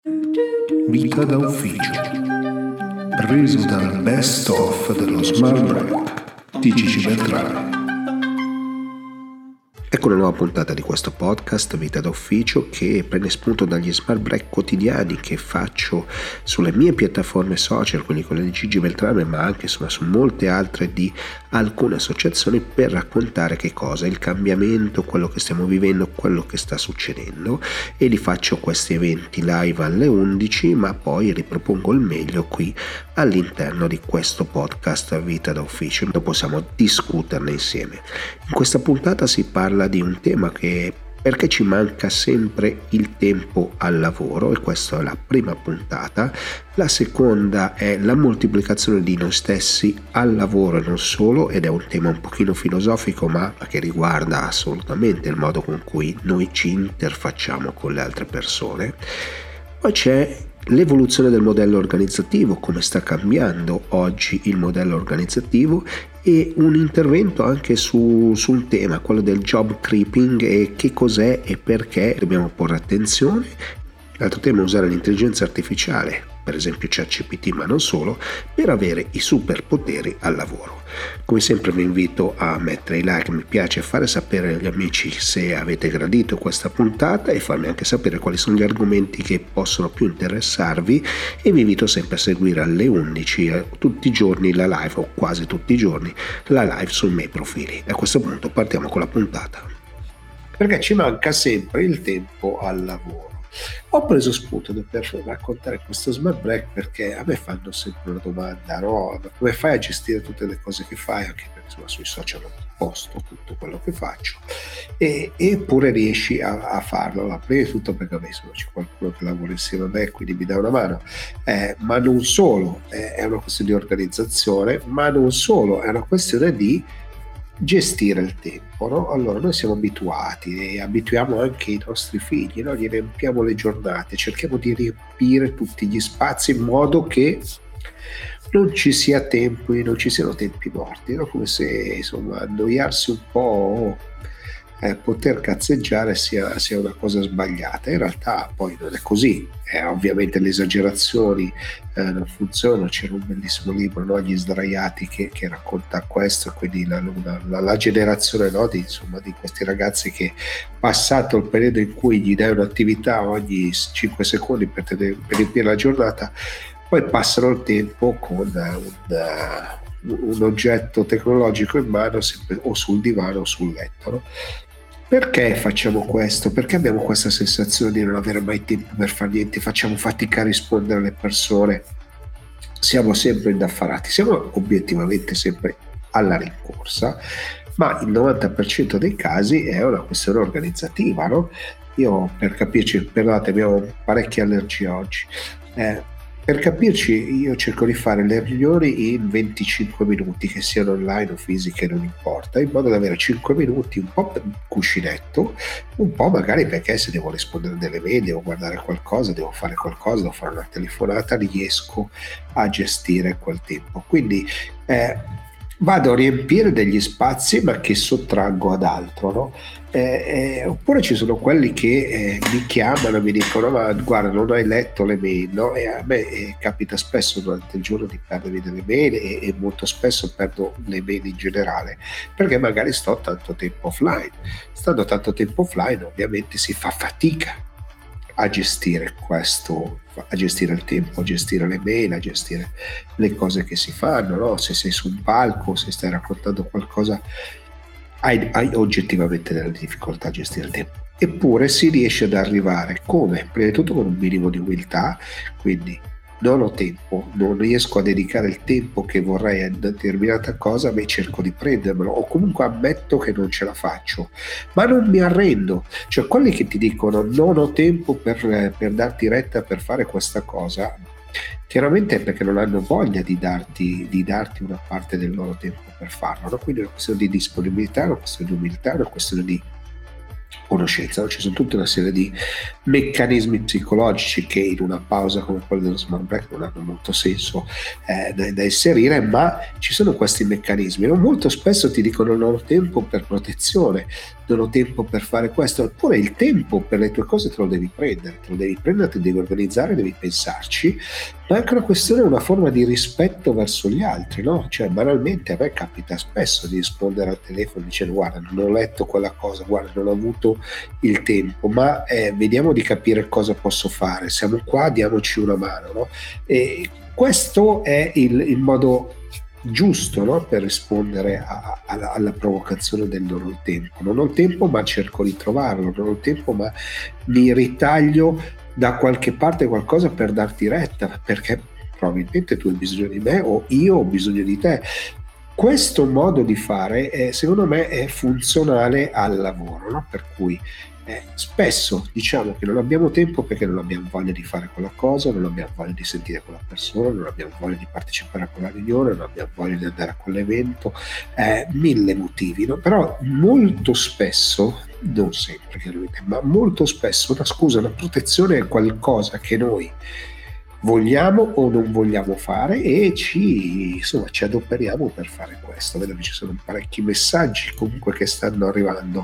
Vita da ufficio, preso dal best of dello Smart Break di Gigi Beltrame. Ecco una nuova puntata di questo podcast Vita d'Ufficio che prende spunto dagli smart break quotidiani che faccio sulle mie piattaforme social, quindi quelle di Gigi Beltrame, ma anche su molte altre di alcune associazioni, per raccontare che cosa è il cambiamento, quello che stiamo vivendo, quello che sta succedendo, e li faccio questi eventi live alle 11, ma poi ripropongo il meglio qui all'interno di questo podcast Vita d'Ufficio, dove possiamo discuterne insieme. In questa puntata si parla di un tema che perché ci manca sempre il tempo al lavoro, e questa è la prima puntata. La seconda è la moltiplicazione di noi stessi al lavoro e non solo, ed è un tema un pochino filosofico ma che riguarda assolutamente il modo con cui noi ci interfacciamo con le altre persone. Poi c'è l'evoluzione del modello organizzativo, come sta cambiando oggi il modello organizzativo, e un intervento anche su un tema, quello del job creeping, e che cos'è e perché dobbiamo porre attenzione. L'altro tema è usare l'intelligenza artificiale, per esempio ChatGPT, ma non solo, per avere i superpoteri al lavoro. Come sempre vi invito a mettere i like, mi piace, fare sapere agli amici se avete gradito questa puntata e farmi anche sapere quali sono gli argomenti che possono più interessarvi, e vi invito sempre a seguire alle 11 tutti i giorni la live, o quasi tutti i giorni la live sui miei profili. E a questo punto partiamo con la puntata. Perché ci manca sempre il tempo al lavoro. Ho preso spunto per raccontare questo smart break perché a me fanno sempre una domanda, no? Come fai a gestire tutte le cose che fai? Anche perché insomma, sui social posto tutto quello che faccio, eppure riesci a farlo. Ma prima di tutto perché insomma, c'è qualcuno che lavora insieme a me, quindi mi dà una mano, ma non solo, è una questione di organizzazione, ma non solo, è una questione di gestire il tempo, no? Allora noi siamo abituati e abituiamo anche i nostri figli, no? Gli riempiamo le giornate, cerchiamo di riempire tutti gli spazi in modo che non ci sia tempo e non ci siano tempi morti, no? Come se insomma annoiarsi un po', poter cazzeggiare sia una cosa sbagliata. In realtà poi non è così, ovviamente le esagerazioni non funzionano. C'era un bellissimo libro, no? Gli sdraiati, che racconta questo, quindi la generazione, no? di questi ragazzi che, passato il periodo in cui gli dai un'attività ogni 5 secondi per riempire la giornata, poi passano il tempo con un oggetto tecnologico in mano, sempre, o sul divano o sul letto, no? Perché facciamo questo? Perché abbiamo questa sensazione di non avere mai tempo per fare niente, facciamo fatica a rispondere alle persone, siamo sempre indaffarati, siamo obiettivamente sempre alla rincorsa, ma il 90% dei casi è una questione organizzativa, no? Io, per capirci, perdonate, abbiamo parecchie allergie oggi, per capirci, io cerco di fare le riunioni in 25 minuti, che siano online o fisiche, non importa, in modo da avere 5 minuti un po' per cuscinetto, un po' magari perché se devo rispondere delle mail, devo guardare qualcosa, devo fare qualcosa, devo fare una telefonata, riesco a gestire quel tempo. Quindi vado a riempire degli spazi ma che sottraggo ad altro, no? Oppure ci sono quelli che mi chiamano e mi dicono: ma guarda, non hai letto le mail, no? E a me capita spesso durante il giorno di perdermi delle mail, e molto spesso perdo le mail in generale perché magari sto tanto tempo offline. Stando tanto tempo offline ovviamente si fa fatica a gestire questo, a gestire il tempo, a gestire le mail, a gestire le cose che si fanno, no? Se sei su un palco, se stai raccontando qualcosa, hai oggettivamente delle difficoltà a gestire il tempo. Eppure si riesce ad arrivare, come? Prima di tutto con un minimo di umiltà, quindi non ho tempo, non riesco a dedicare il tempo che vorrei a determinata cosa, ma cerco di prendermelo, o comunque ammetto che non ce la faccio, ma non mi arrendo. Cioè, quelli che ti dicono non ho tempo per darti retta per fare questa cosa, chiaramente è perché non hanno voglia di darti una parte del loro tempo per farlo, no? Quindi è una questione di disponibilità, una questione di umiltà, una questione di conoscenza, no? Ci sono tutta una serie di meccanismi psicologici che in una pausa come quella dello smart break non hanno molto senso da inserire, ma ci sono questi meccanismi, no? Molto spesso ti dicono non ho tempo per protezione, non ho tempo per fare questo, eppure il tempo per le tue cose te lo devi prendere, ti devi organizzare, devi pensarci, ma è anche una questione, una forma di rispetto verso gli altri, no? Cioè banalmente a me capita spesso di rispondere al telefono dicendo guarda non ho letto quella cosa, guarda non ho avuto il tempo, ma vediamo di capire cosa posso fare, siamo qua, diamoci una mano, no? E questo è il modo giusto, no? Per rispondere alla provocazione del non ho tempo. Non ho tempo ma cerco di trovarlo, non ho tempo ma mi ritaglio da qualche parte qualcosa per darti retta, perché probabilmente tu hai bisogno di me o io ho bisogno di te. Questo modo di fare secondo me è funzionale al lavoro, no? Per cui spesso diciamo che non abbiamo tempo perché non abbiamo voglia di fare quella cosa, non abbiamo voglia di sentire quella persona, non abbiamo voglia di partecipare a quella riunione, non abbiamo voglia di andare a quell'evento, mille motivi, no? Però molto spesso, non sempre chiaramente, ma molto spesso una scusa, una protezione è qualcosa che noi vogliamo o non vogliamo fare e ci adoperiamo per fare questo. Vedo che ci sono parecchi messaggi comunque che stanno arrivando.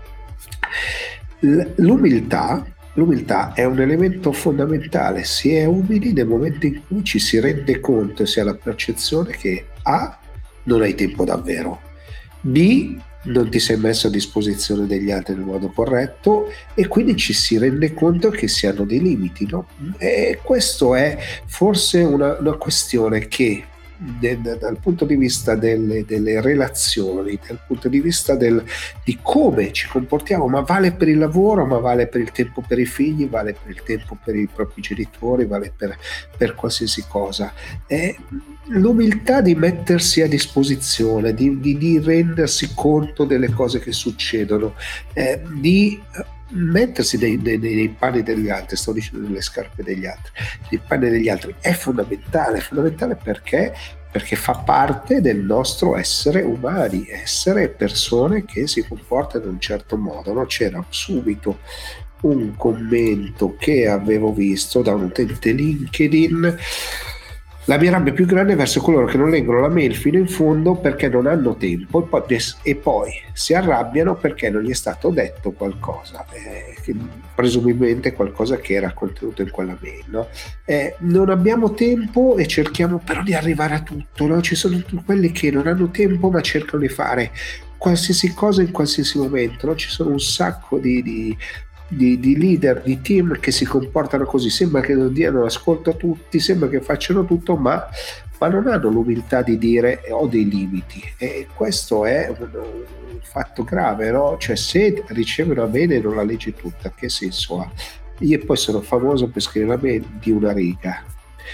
L'umiltà è un elemento fondamentale, si è umili nel momento in cui ci si rende conto e si ha la percezione che A, non hai tempo davvero, B, non ti sei messo a disposizione degli altri nel modo corretto e quindi ci si rende conto che si hanno dei limiti, no? E questo è forse una questione che dal punto di vista delle relazioni, dal punto di vista di come ci comportiamo, ma vale per il lavoro, ma vale per il tempo per i figli, vale per il tempo per i propri genitori, vale per qualsiasi cosa. È l'umiltà di mettersi a disposizione, di rendersi conto delle cose che succedono, di mettersi nei panni degli altri, sto dicendo nelle scarpe degli altri, nei panni degli altri è fondamentale perché fa parte del nostro essere umani, essere persone che si comportano in un certo modo, no? C'era subito un commento che avevo visto da un utente LinkedIn: la mia rabbia più grande è verso coloro che non leggono la mail fino in fondo perché non hanno tempo e poi si arrabbiano perché non gli è stato detto qualcosa, presumibilmente qualcosa che era contenuto in quella mail, no? Non abbiamo tempo e cerchiamo però di arrivare a tutto, no? Ci sono quelli che non hanno tempo ma cercano di fare qualsiasi cosa in qualsiasi momento, no? Ci sono un sacco di leader, di team che si comportano così, sembra che non diano ascolto a tutti, sembra che facciano tutto, ma non hanno l'umiltà di dire ho dei limiti, e questo è un fatto grave, no? Cioè se ricevi una mail e non la leggi tutta, che senso ha? Io poi sono famoso per scrivere la mail di una riga,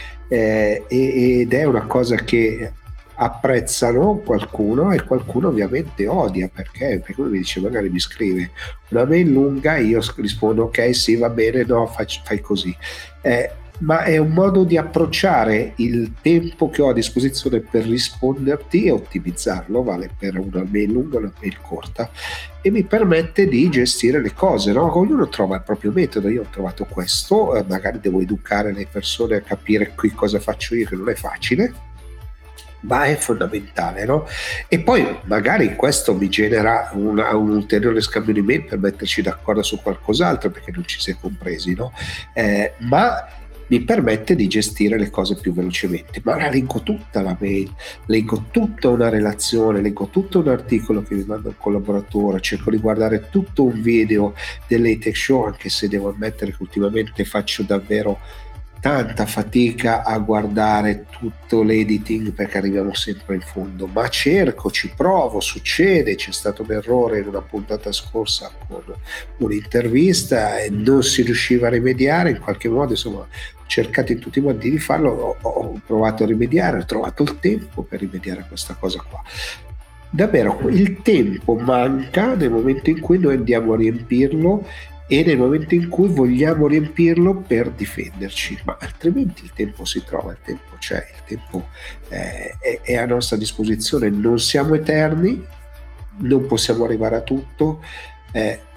ed è una cosa che apprezzano qualcuno e qualcuno ovviamente odia, perché uno mi dice, magari mi scrive una mail lunga, io rispondo ok sì va bene, no fai così, ma è un modo di approcciare il tempo che ho a disposizione per risponderti e ottimizzarlo, vale per una mail lunga o una mail corta, e mi permette di gestire le cose, no? Ognuno trova il proprio metodo, io ho trovato questo, magari devo educare le persone a capire qui cosa faccio io, che non è facile, ma è fondamentale, no? E poi magari questo mi genera un ulteriore scambio di mail per metterci d'accordo su qualcos'altro perché non ci si è compresi, no? Ma mi permette di gestire le cose più velocemente. Ma la leggo tutta la mail, leggo tutta una relazione, leggo tutto un articolo che mi manda un collaboratore, cerco di guardare tutto un video dell'Atech Show, anche se devo ammettere che ultimamente faccio davvero tanta fatica a guardare tutto l'editing perché arriviamo sempre in fondo, ma cerco, ci provo, succede. C'è stato un errore in una puntata scorsa con un'intervista e non si riusciva a rimediare in qualche modo, insomma ho cercato in tutti i modi di farlo, ho provato a rimediare, ho trovato il tempo per rimediare a questa cosa qua. Davvero il tempo manca nel momento in cui noi andiamo a riempirlo e nel momento in cui vogliamo riempirlo per difenderci, ma altrimenti il tempo si trova, il tempo c'è, il tempo è a nostra disposizione, non siamo eterni, non possiamo arrivare a tutto,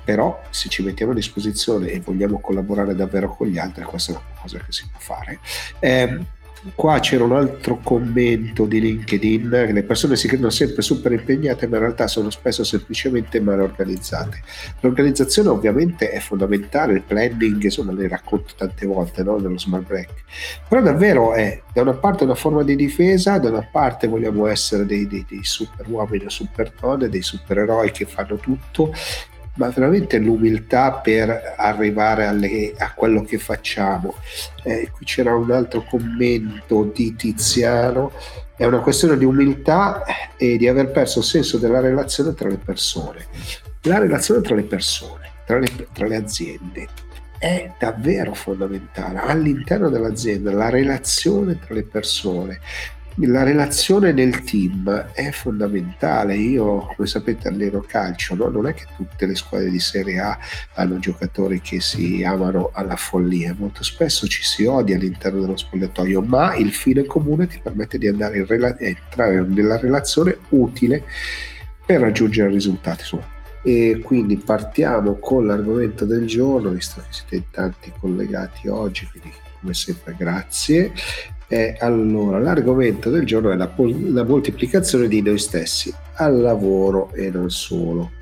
però se ci mettiamo a disposizione e vogliamo collaborare davvero con gli altri, questa è una cosa che si può fare. Qua c'era un altro commento di LinkedIn: che le persone si credono sempre super impegnate, ma in realtà sono spesso semplicemente male organizzate. L'organizzazione ovviamente è fondamentale, il planning, insomma, le racconto tante volte, no, nello Smart Break, però davvero è da una parte una forma di difesa, da una parte vogliamo essere dei super uomini o super donne, dei supereroi che fanno tutto, ma veramente l'umiltà per arrivare a quello che facciamo. Qui c'era un altro commento di Tiziano: è una questione di umiltà e di aver perso il senso della relazione tra le persone. La relazione tra le persone, tra le aziende, è davvero fondamentale. All'interno dell'azienda, la relazione tra le persone, la relazione nel team è fondamentale. Io, come sapete, alleno calcio, no? Non è che tutte le squadre di Serie A hanno giocatori che si amano alla follia, molto spesso ci si odia all'interno dello spogliatoio, ma il fine comune ti permette di andare entrare nella relazione utile per raggiungere risultati. E quindi partiamo con l'argomento del giorno, visto che siete in tanti collegati oggi, quindi come sempre grazie. Allora, l'argomento del giorno è la moltiplicazione di noi stessi al lavoro e non solo.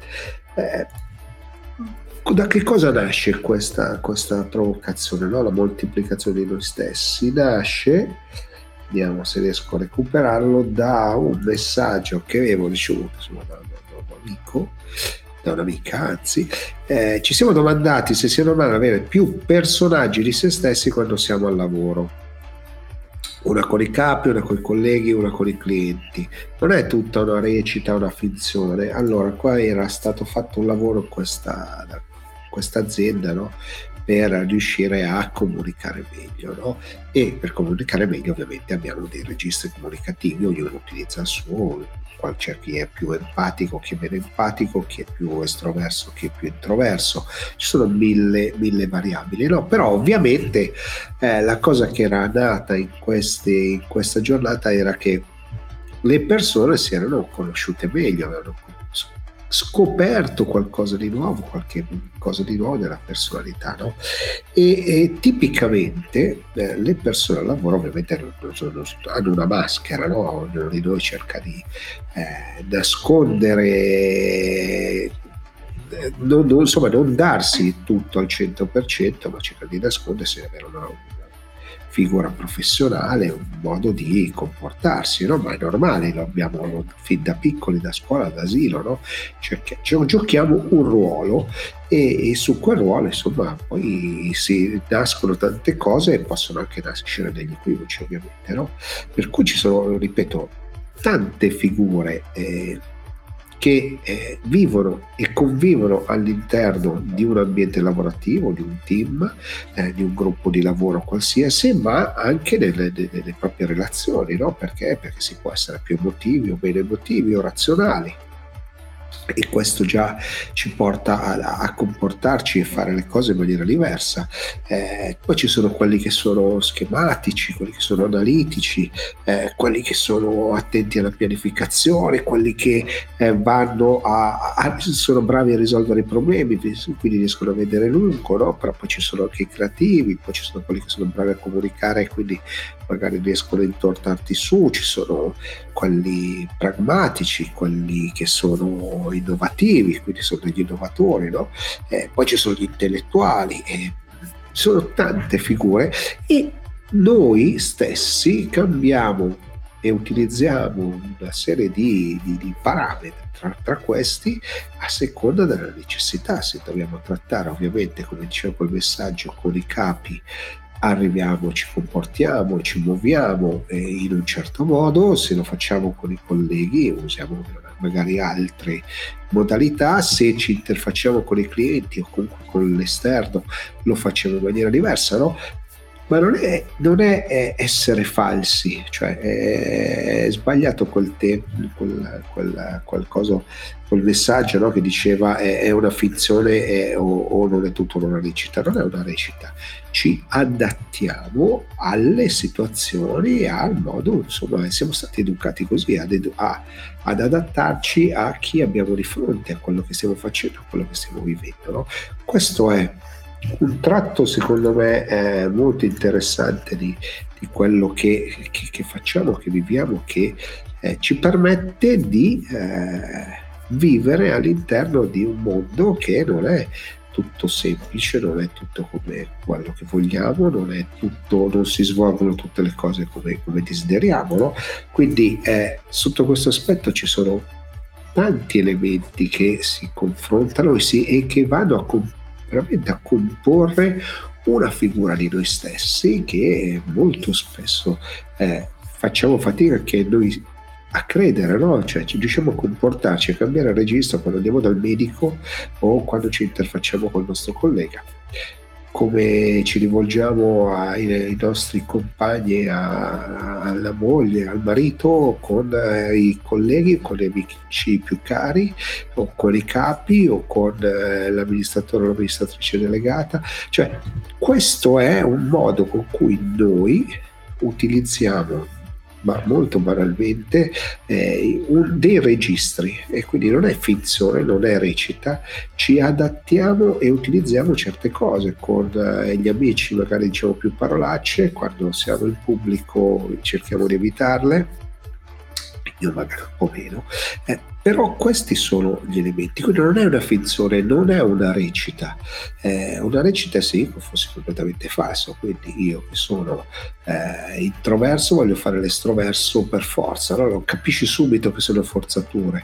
Da che cosa nasce questa provocazione, no? La moltiplicazione di noi stessi nasce, vediamo se riesco a recuperarlo, da un messaggio che avevo ricevuto da un'amica, anzi, ci siamo domandati se sia normale avere più personaggi di se stessi quando siamo al lavoro. Una con i capi, una con i colleghi, una con i clienti. Non è tutta una recita, una finzione. Allora, qua era stato fatto un lavoro in questa azienda, no? Per riuscire a comunicare meglio, no? E per comunicare meglio ovviamente abbiamo dei registri comunicativi, ognuno utilizza il suo. C'è chi è più empatico, chi è meno empatico, chi è più estroverso, chi è più introverso. Ci sono mille variabili, no? Però ovviamente la cosa che era nata in questa giornata era che le persone si erano conosciute meglio, avevano scoperto qualcosa di nuovo, qualche cosa di nuovo nella personalità, no? E tipicamente le persone al lavoro ovviamente hanno una maschera, no? Ognuno di noi cerca di nascondere, non darsi tutto al 100%, ma cerca di nascondersi e avere una figura professionale, un modo di comportarsi, no? Ma è normale, lo abbiamo fin da piccoli, da scuola, d'asilo, no? Giochiamo un ruolo e su quel ruolo, insomma, poi si nascono tante cose e possono anche nascere degli equivoci, ovviamente, no? Per cui ci sono, ripeto, tante figure che vivono e convivono all'interno di un ambiente lavorativo, di un team, di un gruppo di lavoro qualsiasi, ma anche nelle proprie relazioni, no? Perché si può essere più emotivi o meno emotivi o razionali, e questo già ci porta a comportarci e fare le cose in maniera diversa. Poi ci sono quelli che sono schematici, quelli che sono analitici, quelli che sono attenti alla pianificazione, quelli che sono bravi a risolvere i problemi, quindi riescono a vedere lungo, no? Però poi ci sono anche i creativi, poi ci sono quelli che sono bravi a comunicare e quindi magari riescono a intortarti su, ci sono quelli pragmatici, quelli che sono innovativi, quindi sono degli innovatori, no? Poi ci sono gli intellettuali, sono tante figure e noi stessi cambiamo e utilizziamo una serie di parametri tra questi a seconda della necessità. Se dobbiamo trattare, ovviamente, come diceva quel messaggio, con i capi, arriviamo, ci comportiamo, ci muoviamo in un certo modo. Se lo facciamo con i colleghi usiamo magari altre modalità, se ci interfacciamo con i clienti o comunque con l'esterno lo facciamo in maniera diversa, no? Ma non è essere falsi, cioè è sbagliato quel messaggio, no, che diceva è una finzione o non è tutto una recita. Non è una recita, ci adattiamo alle situazioni e al modo, insomma, siamo stati educati così ad adattarci a chi abbiamo di fronte, a quello che stiamo facendo, a quello che stiamo vivendo, no? Questo è un tratto, secondo me, molto interessante di quello che facciamo, che viviamo, che ci permette di vivere all'interno di un mondo che non è tutto semplice, non è tutto come quello che vogliamo, non si svolgono tutte le cose come desideriamo, no? Quindi sotto questo aspetto ci sono tanti elementi che si confrontano e che vanno veramente a comporre una figura di noi stessi che molto spesso facciamo fatica anche noi a credere, no? Cioè ci riusciamo a comportarci, a cambiare il registro quando andiamo dal medico o quando ci interfacciamo col nostro collega, come ci rivolgiamo ai nostri compagni, alla moglie, al marito, con i colleghi, con gli amici più cari, o con i capi, o con l'amministratore o l'amministratrice delegata. Cioè, questo è un modo con cui noi utilizziamo, ma molto banalmente, dei registri, e quindi non è finzione, non è recita, ci adattiamo e utilizziamo certe cose con gli amici, magari diciamo più parolacce, quando siamo in pubblico cerchiamo di evitarle, io magari un po' meno, però questi sono gli elementi, quindi non è una finzione, non è una recita. Una recita è sì, che fosse completamente falso, quindi io che sono introverso voglio fare l'estroverso per forza, no? Lo capisci subito che sono forzature,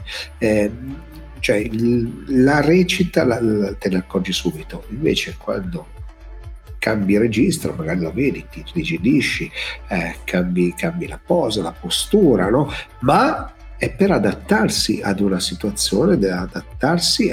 cioè la recita te ne accorgi subito, invece quando cambi registro, magari lo vedi, ti rigidisci, cambi la posa, la postura, no? Ma è per adattarsi ad una situazione, adattarsi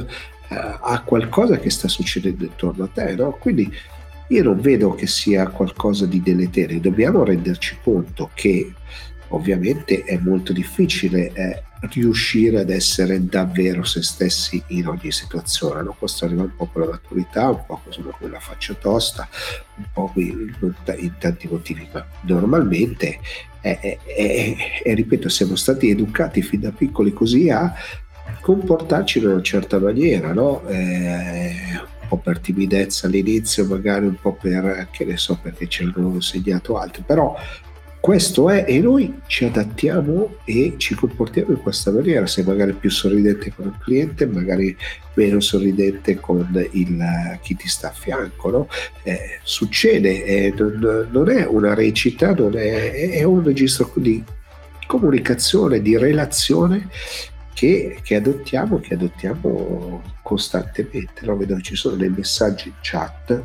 a qualcosa che sta succedendo intorno a te, no? Quindi io non vedo che sia qualcosa di deleterio, dobbiamo renderci conto che ovviamente è molto difficile riuscire ad essere davvero se stessi in ogni situazione, no? Questo arriva un po' con la maturità, un po' con la faccia tosta, un po' in tanti motivi, ma normalmente ripeto, siamo stati educati fin da piccoli così a comportarci in una certa maniera, no? Un po' per timidezza all'inizio, magari un po' per, che ne so, perché ci hanno insegnato altri, però questo è, e noi ci adattiamo e ci comportiamo in questa maniera, sei magari più sorridente con il cliente, magari meno sorridente con chi ti sta a fianco, no? Succede, non è una recita, è un registro di comunicazione, di relazione che adottiamo costantemente, no? Vedo che ci sono dei messaggi in chat,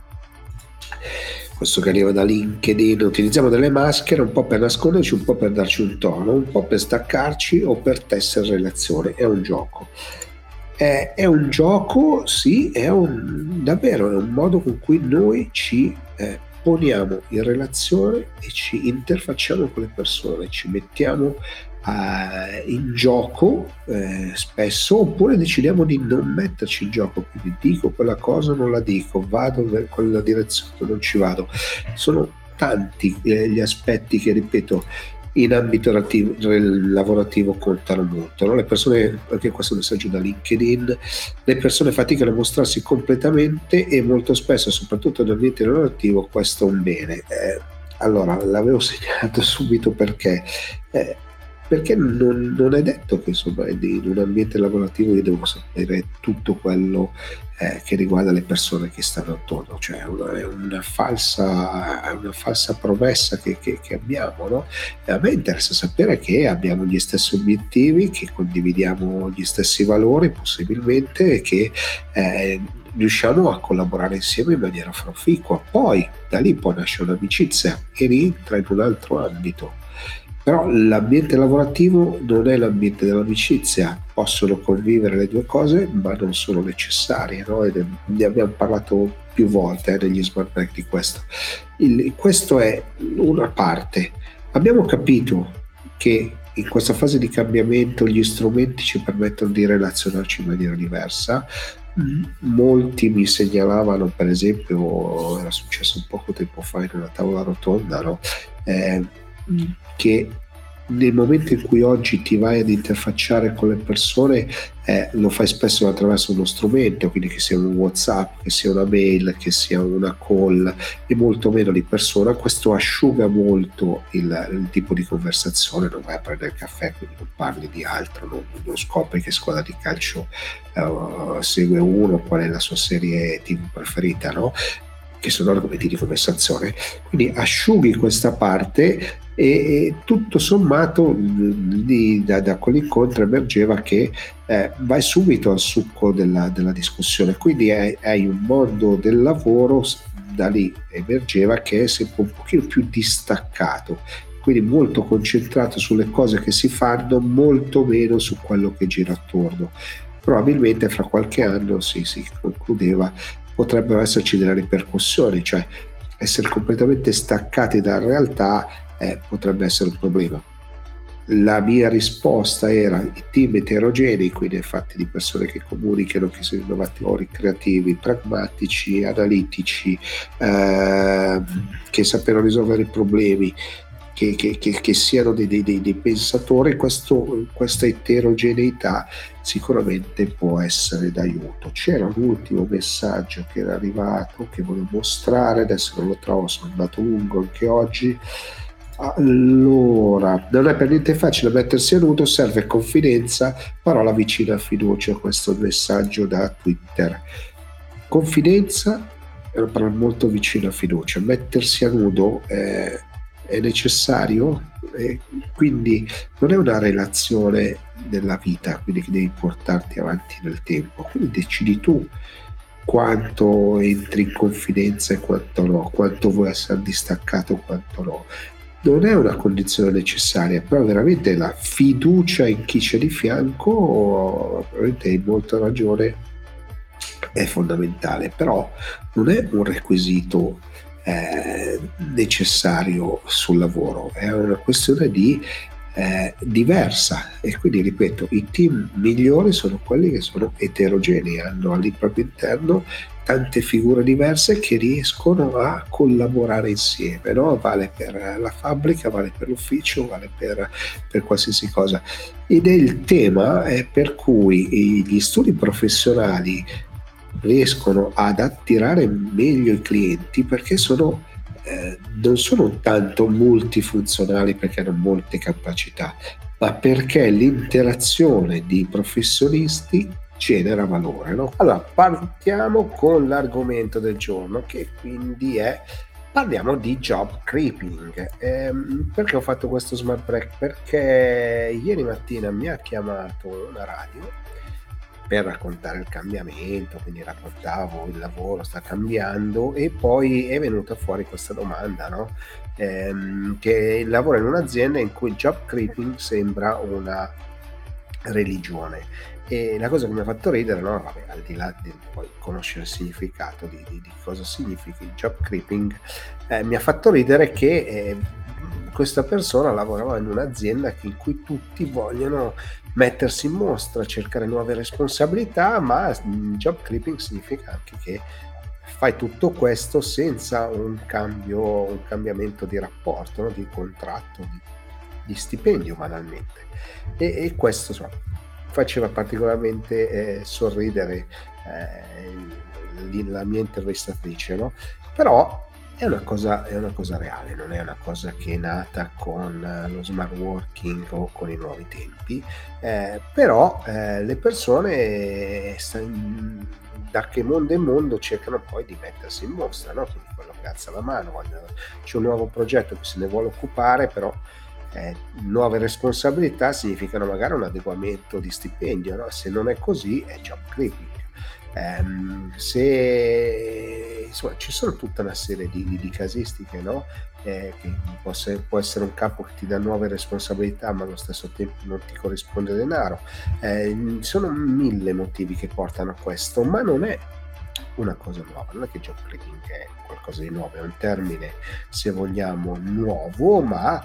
questo che arriva da LinkedIn: utilizziamo delle maschere un po' per nasconderci, un po' per darci un tono, un po' per staccarci o per tessere relazione. È un gioco. È un gioco, sì, davvero è un modo con cui noi ci poniamo in relazione e ci interfacciamo con le persone, ci mettiamo in gioco spesso, oppure decidiamo di non metterci in gioco, quindi dico quella cosa, non la dico, vado in quella direzione, non ci vado. Sono tanti gli aspetti che, ripeto, in ambito lavorativo contano molto, no? Le persone, anche questo messaggio da LinkedIn, le persone faticano a mostrarsi completamente e molto spesso, soprattutto nell'ambiente lavorativo, questo è un bene. Allora, l'avevo segnalato subito perché non è detto che, insomma, in un ambiente lavorativo io devo sapere tutto quello che riguarda le persone che stanno attorno, cioè è una falsa promessa che abbiamo, no? E a me interessa sapere che abbiamo gli stessi obiettivi, che condividiamo gli stessi valori possibilmente, e che riusciamo a collaborare insieme in maniera proficua. Poi da lì poi nasce un'amicizia e rientra in un altro ambito. Però l'ambiente lavorativo non è l'ambiente dell'amicizia, possono convivere le due cose, ma non sono necessarie, no? Ne abbiamo parlato più volte negli smart break di questo. Questo è una parte. Abbiamo capito che in questa fase di cambiamento gli strumenti ci permettono di relazionarci in maniera diversa. Molti mi segnalavano, per esempio, era successo un poco tempo fa in una tavola rotonda, no? Che nel momento in cui oggi ti vai ad interfacciare con le persone, lo fai spesso attraverso uno strumento, quindi che sia un WhatsApp, che sia una mail, che sia una call, e molto meno di persona. Questo asciuga molto il tipo di conversazione. Non vai a prendere il caffè, quindi non parli di altro, non scopri che squadra di calcio segue uno, qual è la sua serie TV preferita, no? Che sono argomenti di conversazione. Quindi asciughi questa parte e tutto sommato da quell'incontro emergeva che vai subito al succo della discussione. Quindi hai un mondo del lavoro, da lì emergeva, che è sempre un pochino più distaccato, quindi molto concentrato sulle cose che si fanno, molto meno su quello che gira attorno. Probabilmente fra qualche anno, si concludeva, potrebbero esserci delle ripercussioni, cioè essere completamente staccati dalla realtà potrebbe essere un problema. La mia risposta era: i team eterogenei, quindi fatti di persone che comunicano, che sono innovatori, creativi, pragmatici, analitici, che sappiano risolvere i problemi, che siano dei pensatori. Questa eterogeneità sicuramente può essere d'aiuto. C'era un ultimo messaggio che era arrivato, che volevo mostrare, adesso non lo trovo, sono andato lungo anche oggi. Allora, non è per niente facile mettersi a nudo, serve confidenza, parola vicina a fiducia. Questo è il messaggio da Twitter. Confidenza è una parola molto vicina a fiducia. Mettersi a nudo è necessario, quindi non è una relazione della vita, quindi che devi portarti avanti nel tempo. Quindi decidi tu quanto entri in confidenza e quanto no, quanto vuoi essere distaccato, quanto no. Non è una condizione necessaria, però veramente la fiducia in chi c'è di fianco, veramente hai molta ragione, è fondamentale, però non è un requisito necessario sul lavoro, è una questione di diversa. E quindi ripeto, i team migliori sono quelli che sono eterogenei, hanno al proprio interno tante figure diverse che riescono a collaborare insieme, no? Vale per la fabbrica, vale per l'ufficio, vale per qualsiasi cosa. Ed è il tema per cui gli studi professionali riescono ad attirare meglio i clienti, perché non sono tanto multifunzionali perché hanno molte capacità, ma perché l'interazione di professionisti genera valore, no? Allora, partiamo con l'argomento del giorno, che quindi parliamo di job creeping. Perché ho fatto questo smart break? Perché ieri mattina mi ha chiamato una radio per raccontare il cambiamento, quindi raccontavo il lavoro sta cambiando, e poi è venuta fuori questa domanda, no? Che lavora in un'azienda in cui il job creeping sembra una religione. E la cosa che mi ha fatto ridere, no? Vabbè, al di là di poi conoscere il significato di cosa significa il job creeping, mi ha fatto ridere che questa persona lavorava in un'azienda in cui tutti vogliono mettersi in mostra, cercare nuove responsabilità, ma job creeping significa anche che fai tutto questo senza un cambiamento di rapporto, no? Di contratto, di stipendio banalmente. E questo, insomma, faceva particolarmente sorridere la mia intervistatrice, no? Però è una cosa reale, non è una cosa che è nata con lo smart working o con i nuovi tempi, però le persone da che mondo in mondo cercano poi di mettersi in mostra, no? Quindi quello che alza la mano quando c'è un nuovo progetto che se ne vuole occupare, però nuove responsabilità significano magari un adeguamento di stipendio, no? Se non è così è job creeping. Insomma, ci sono tutta una serie di casistiche, no? Che può essere un capo che ti dà nuove responsabilità ma allo stesso tempo non ti corrisponde denaro. Sono 1000 motivi che portano a questo, ma non è una cosa nuova. Non è che job creeping è qualcosa di nuovo, è un termine, se vogliamo, nuovo, ma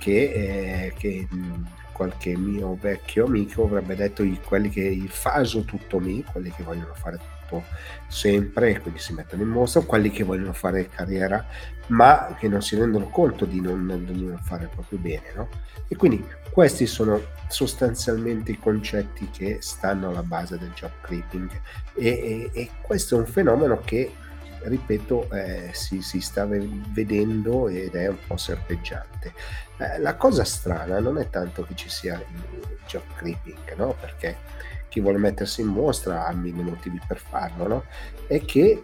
che qualche mio vecchio amico avrebbe detto quelli che il faso tutto me, quelli che vogliono fare tutto sempre e quindi si mettono in mostra, quelli che vogliono fare carriera ma che non si rendono conto di non fare proprio bene, no? E quindi questi sono sostanzialmente i concetti che stanno alla base del job creeping e questo è un fenomeno che, ripeto, si sta vedendo ed è un po' serpeggiante. La cosa strana non è tanto che ci sia il job creeping, no? Perché chi vuole mettersi in mostra ha mille motivi per farlo, no? È che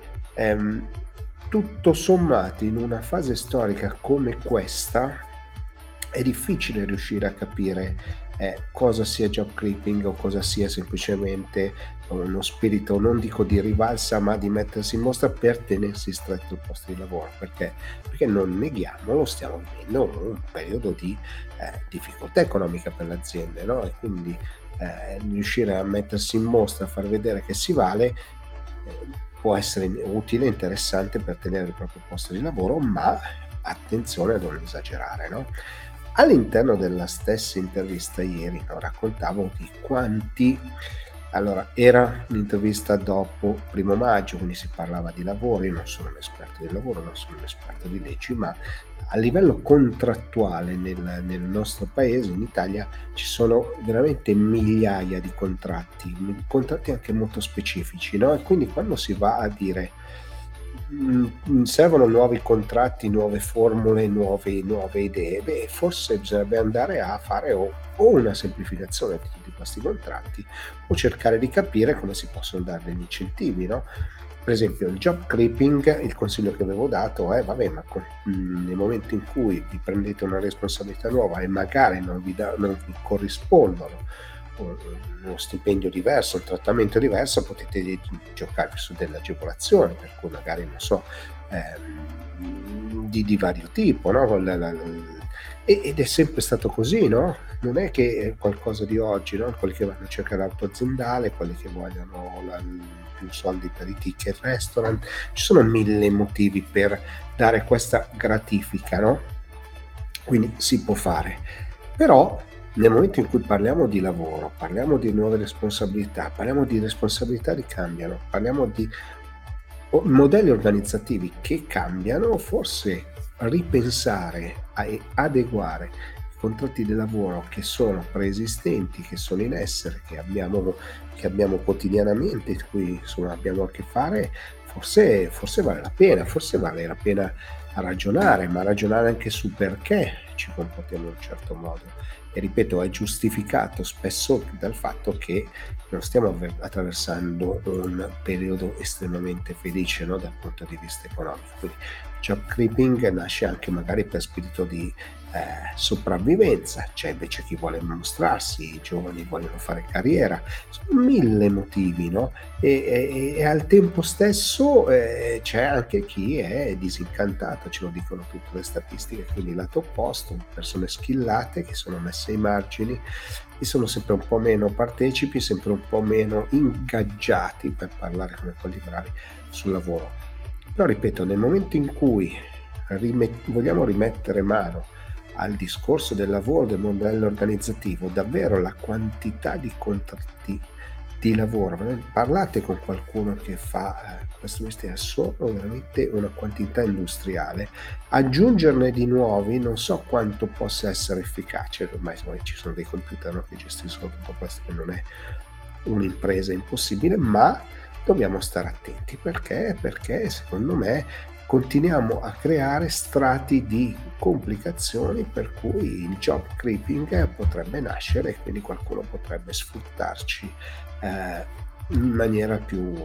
tutto sommato in una fase storica come questa è difficile riuscire a capire cosa sia job creeping o cosa sia semplicemente uno spirito, non dico di rivalsa, ma di mettersi in mostra per tenersi stretto il posto di lavoro. Perché non neghiamolo, stiamo vivendo un periodo di difficoltà economica per le aziende, no? E quindi riuscire a mettersi in mostra, a far vedere che si vale, può essere utile e interessante per tenere il proprio posto di lavoro, ma attenzione a non esagerare, no? All'interno della stessa intervista ieri, raccontavo di quanti... Allora, era un'intervista dopo 1° maggio, quindi si parlava di lavoro. Io non sono un esperto di lavoro, non sono un esperto di leggi, ma a livello contrattuale nel nostro paese, in Italia, ci sono veramente migliaia di contratti anche molto specifici, no? E quindi quando si va a dire servono nuovi contratti, nuove formule, nuove idee, forse bisognerebbe andare a fare o una semplificazione di tutti questi contratti o cercare di capire come si possono dare degli incentivi, no? Per esempio il job creeping, il consiglio che avevo dato è nel momento in cui vi prendete una responsabilità nuova e magari non vi corrispondono uno stipendio diverso, un trattamento diverso, potete giocarvi su delle agevolazioni, per cui magari non so, di vario tipo, no? Ed è sempre stato così, no? Non è che è qualcosa di oggi, no? Quelli che vanno a cercare l'auto aziendale, quelli che vogliono più soldi per i ticket restaurant, ci sono mille motivi per dare questa gratifica, no? Quindi si può fare, però nel momento in cui parliamo di lavoro, parliamo di nuove responsabilità, parliamo di responsabilità che cambiano, parliamo di modelli organizzativi che cambiano, forse ripensare e adeguare i contratti di lavoro che sono preesistenti, che sono in essere, che abbiamo quotidianamente, di cui insomma abbiamo a che fare, forse vale la pena ragionare, ma ragionare anche su perché ci comportiamo in un certo modo. E ripeto, è giustificato spesso dal fatto che non stiamo attraversando un periodo estremamente felice, no? Dal punto di vista economico. Quindi job creeping nasce anche magari per spirito di sopravvivenza, c'è invece chi vuole mostrarsi, i giovani vogliono fare carriera, sono mille motivi, no? E al tempo stesso c'è anche chi è disincantato, ce lo dicono tutte le statistiche, quindi lato opposto, persone skillate che sono messe ai margini e sono sempre un po' meno partecipi, sempre un po' meno ingaggiati, per parlare come quelli bravi, sul lavoro. Però ripeto, nel momento in cui vogliamo rimettere mano al discorso del lavoro, del modello organizzativo, davvero la quantità di contratti di lavoro, parlate con qualcuno che fa questo mestiere, sono veramente una quantità industriale. Aggiungerne di nuovi non so quanto possa essere efficace, ormai ci sono dei computer, no, che gestiscono tutto questo, che non è un'impresa impossibile, ma dobbiamo stare attenti perché secondo me continuiamo a creare strati di complicazioni per cui il job creeping potrebbe nascere e quindi qualcuno potrebbe sfruttarci in maniera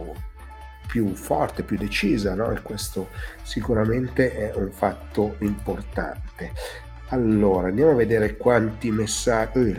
più forte, più decisa, no? E questo sicuramente è un fatto importante. Allora, andiamo a vedere quanti messaggi.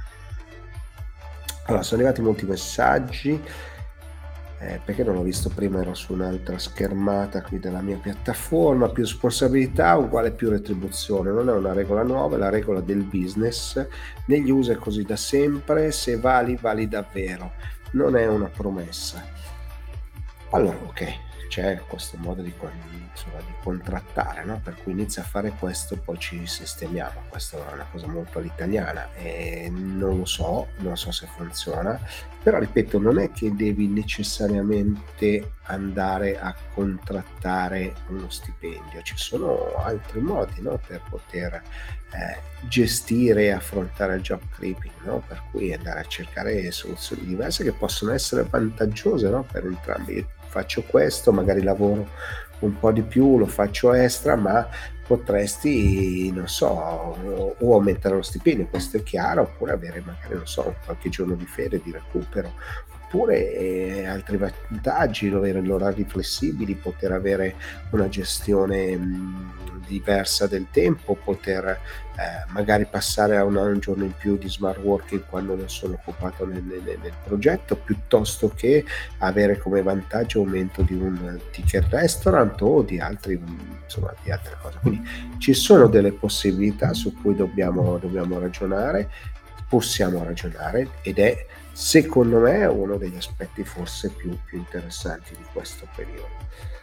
Allora, sono arrivati molti messaggi. Perché non l'ho visto prima, ero su un'altra schermata qui della mia piattaforma. Più responsabilità uguale più retribuzione, non è una regola nuova, è la regola del business, negli USA è così da sempre, se vali davvero, non è una promessa. Allora, ok, c'è questo modo di contrattare, no? Per cui inizia a fare questo, poi ci sistemiamo. Questa è una cosa molto all'italiana e non so se funziona, però ripeto, non è che devi necessariamente andare a contrattare uno stipendio, ci sono altri modi, no? Per poter gestire e affrontare il job creeping, no? Per cui andare a cercare soluzioni diverse che possono essere vantaggiose, no? Per entrambi. Io faccio questo, magari lavoro un po' di più, lo faccio extra, ma potresti, non so, o aumentare lo stipendio, questo è chiaro, oppure avere magari, non so, qualche giorno di ferie, di recupero, oppure altri vantaggi, avere gli orari flessibili, poter avere una gestione diversa del tempo, poter magari passare a un giorno in più di smart working quando non sono occupato nel progetto, piuttosto che avere come vantaggio aumento di un ticket restaurant o di altri, insomma, di altre cose. Quindi ci sono delle possibilità su cui dobbiamo ragionare, possiamo ragionare, ed è, secondo me, uno degli aspetti forse più interessanti di questo periodo.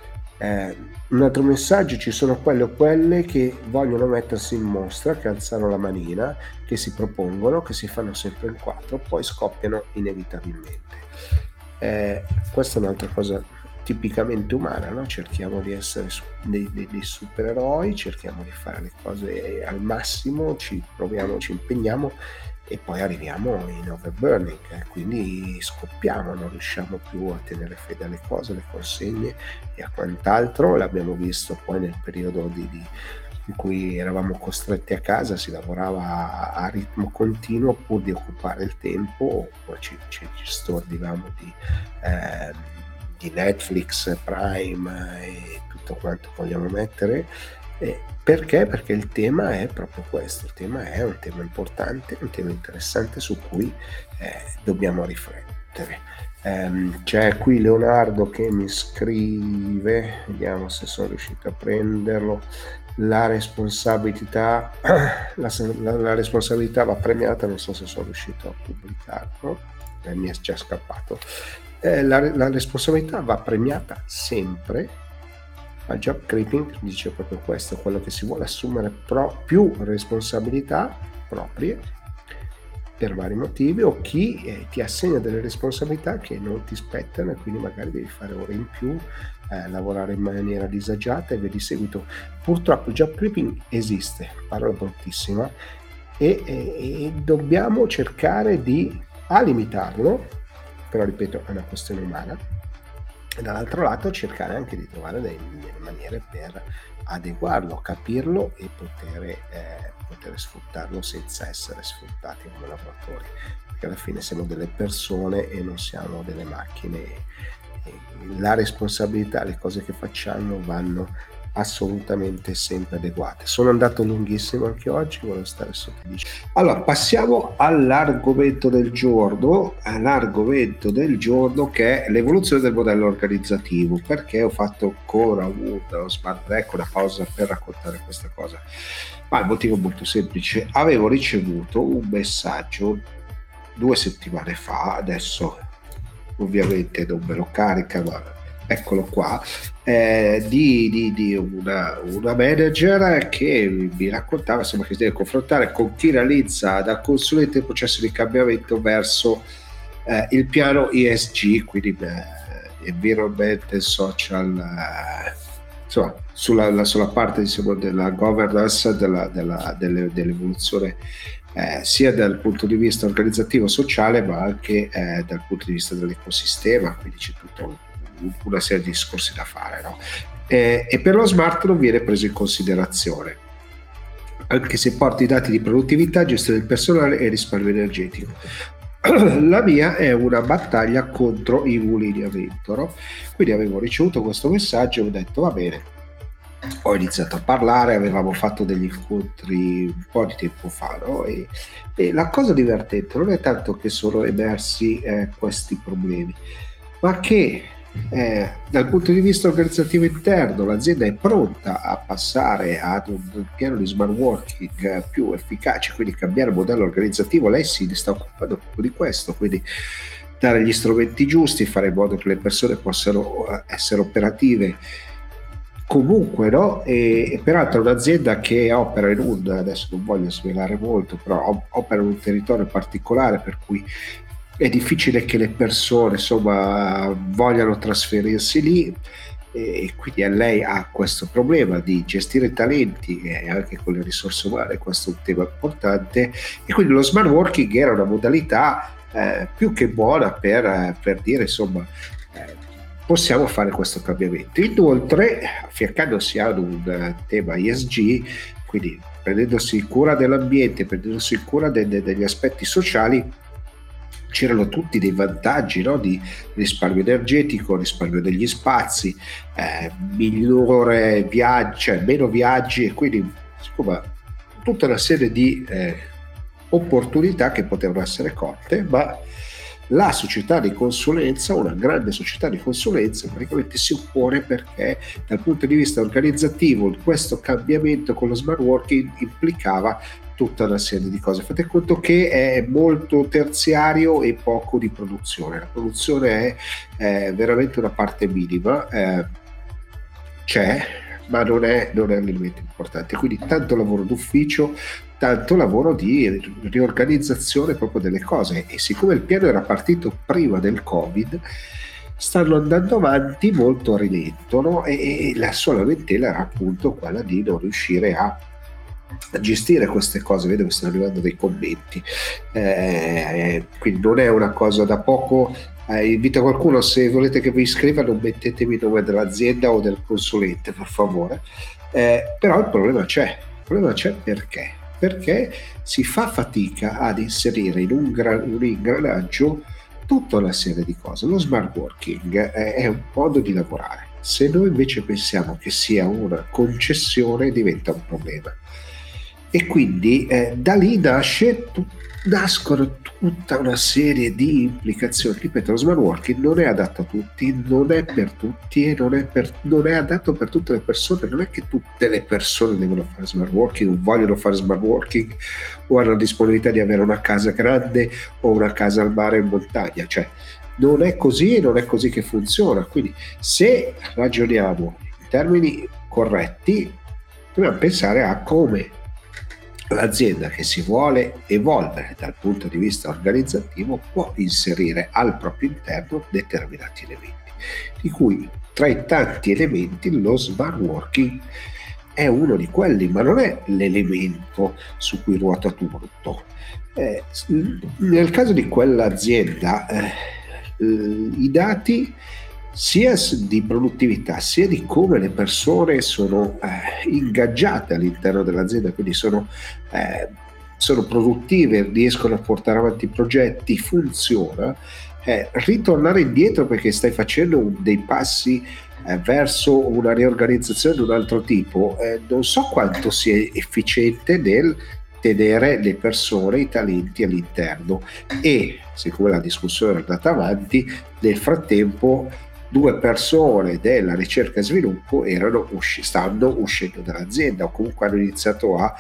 Un altro messaggio: ci sono quelli o quelle che vogliono mettersi in mostra, che alzano la manina, che si propongono, che si fanno sempre in quattro, poi scoppiano inevitabilmente. Questa è un'altra cosa tipicamente umana, no? Cerchiamo di essere dei supereroi, cerchiamo di fare le cose al massimo, ci proviamo, ci impegniamo, e poi arriviamo in overburning, quindi scoppiamo, non riusciamo più a tenere fede alle cose, alle consegne e a quant'altro. L'abbiamo visto poi nel periodo in cui eravamo costretti a casa, si lavorava a ritmo continuo pur di occupare il tempo, poi ci stordivamo di Netflix, Prime e tutto quanto vogliamo mettere. Perché? Perché il tema è proprio questo, il tema è un tema importante, un tema interessante su cui dobbiamo riflettere. C'è qui Leonardo che mi scrive, vediamo se sono riuscito a prenderlo: la responsabilità va premiata, non so se sono riuscito a pubblicarlo, mi è già scappato. La responsabilità va premiata sempre. Il job creeping dice proprio questo, quello che si vuole assumere più responsabilità proprie per vari motivi, o chi ti assegna delle responsabilità che non ti spettano e quindi magari devi fare ore in più, lavorare in maniera disagiata e via di seguito. Purtroppo il job creeping esiste, parola bruttissima, e dobbiamo cercare di limitarlo, però ripeto, è una questione umana. E dall'altro lato cercare anche di trovare delle maniere per adeguarlo, capirlo e poter sfruttarlo senza essere sfruttati come lavoratori, perché alla fine siamo delle persone e non siamo delle macchine, e la responsabilità, le cose che facciamo vanno assolutamente sempre adeguate. Sono andato lunghissimo anche oggi, volevo stare sotto 10. Allora, passiamo all'argomento del giorno, che è l'evoluzione del modello organizzativo. Perché ho fatto ancora uno smart break, una pausa per raccontare questa cosa? Ma il motivo è molto semplice: avevo ricevuto un messaggio 2 settimane fa, adesso ovviamente non me lo carica, ma eccolo qua, di una manager che mi raccontava, insomma, che si deve confrontare con chi realizza da consulente il processo di cambiamento verso il piano ESG, quindi environment and social, insomma, sulla parte, diciamo, della governance, dell'evoluzione, sia dal punto di vista organizzativo sociale, ma anche dal punto di vista dell'ecosistema. Quindi c'è tutto una serie di discorsi da fare, no? E per lo smart non viene preso in considerazione, anche se porta i dati di produttività, gestione del personale e risparmio energetico. La mia è una battaglia contro i mulini a vento, no? Quindi avevo ricevuto questo messaggio e ho detto va bene, ho iniziato a parlare, avevamo fatto degli incontri un po' di tempo fa, no? E la cosa divertente non è tanto che sono emersi questi problemi, ma che dal punto di vista organizzativo interno l'azienda è pronta a passare ad un piano di smart working più efficace, quindi cambiare il modello organizzativo. Lei si sta occupando proprio di questo, quindi dare gli strumenti giusti, fare in modo che le persone possano essere operative comunque, no? E peraltro un'azienda che opera adesso non voglio svelare molto, però opera in un territorio particolare, per cui è difficile che le persone insomma vogliano trasferirsi lì, e quindi lei ha questo problema di gestire i talenti e anche con le risorse umane. Questo è un tema importante, e quindi lo smart working era una modalità più che buona per dire insomma possiamo fare questo cambiamento. Inoltre, affiancandosi ad un tema ESG, quindi prendendosi cura dell'ambiente, prendendosi cura degli aspetti sociali, c'erano tutti dei vantaggi, no? Di risparmio energetico, risparmio degli spazi, migliore viaggi, cioè meno viaggi, e quindi insomma tutta una serie di opportunità che potevano essere colte, ma la società di consulenza, una grande società di consulenza, praticamente si oppone, perché dal punto di vista organizzativo questo cambiamento con lo smart working implicava tutta una serie di cose. Fate conto che è molto terziario e poco di produzione. La produzione è veramente una parte minima, c'è, ma non è l'elemento importante. Quindi tanto lavoro d'ufficio, tanto lavoro di riorganizzazione proprio delle cose, e siccome il piano era partito prima del Covid, stanno andando avanti molto a rilento, no? E la sola lamentela era appunto quella di non riuscire a gestire queste cose. Vedo che stanno arrivando dei commenti, quindi non è una cosa da poco. Invito qualcuno, se volete che vi iscriva, non mettetemi il nome dell'azienda o del consulente, per favore. Però il problema c'è perché si fa fatica ad inserire in un ingranaggio tutta una serie di cose. Lo smart working è un modo di lavorare. Se noi invece pensiamo che sia una concessione, diventa un problema. E quindi da lì nascono tutta una serie di implicazioni. Ripeto, lo smart working non è adatto a tutti, non è per tutti, e non è adatto per tutte le persone. Non è che tutte le persone devono fare smart working o vogliono fare smart working o hanno la disponibilità di avere una casa grande o una casa al mare in montagna. Cioè non è così, e non è così che funziona. Quindi se ragioniamo in termini corretti, dobbiamo pensare a come l'azienda che si vuole evolvere dal punto di vista organizzativo può inserire al proprio interno determinati elementi, di cui tra i tanti elementi lo smart working è uno di quelli, ma non è l'elemento su cui ruota tutto. Nel caso di quell'azienda, i dati sia di produttività sia di come le persone sono ingaggiate all'interno dell'azienda, quindi sono produttive, riescono a portare avanti i progetti, funziona. Ritornare indietro perché stai facendo dei passi verso una riorganizzazione di un altro tipo, non so quanto sia efficiente nel tenere le persone, i talenti all'interno. E siccome la discussione è andata avanti, nel frattempo 2 persone della ricerca e sviluppo stanno uscendo dall'azienda, o comunque hanno iniziato a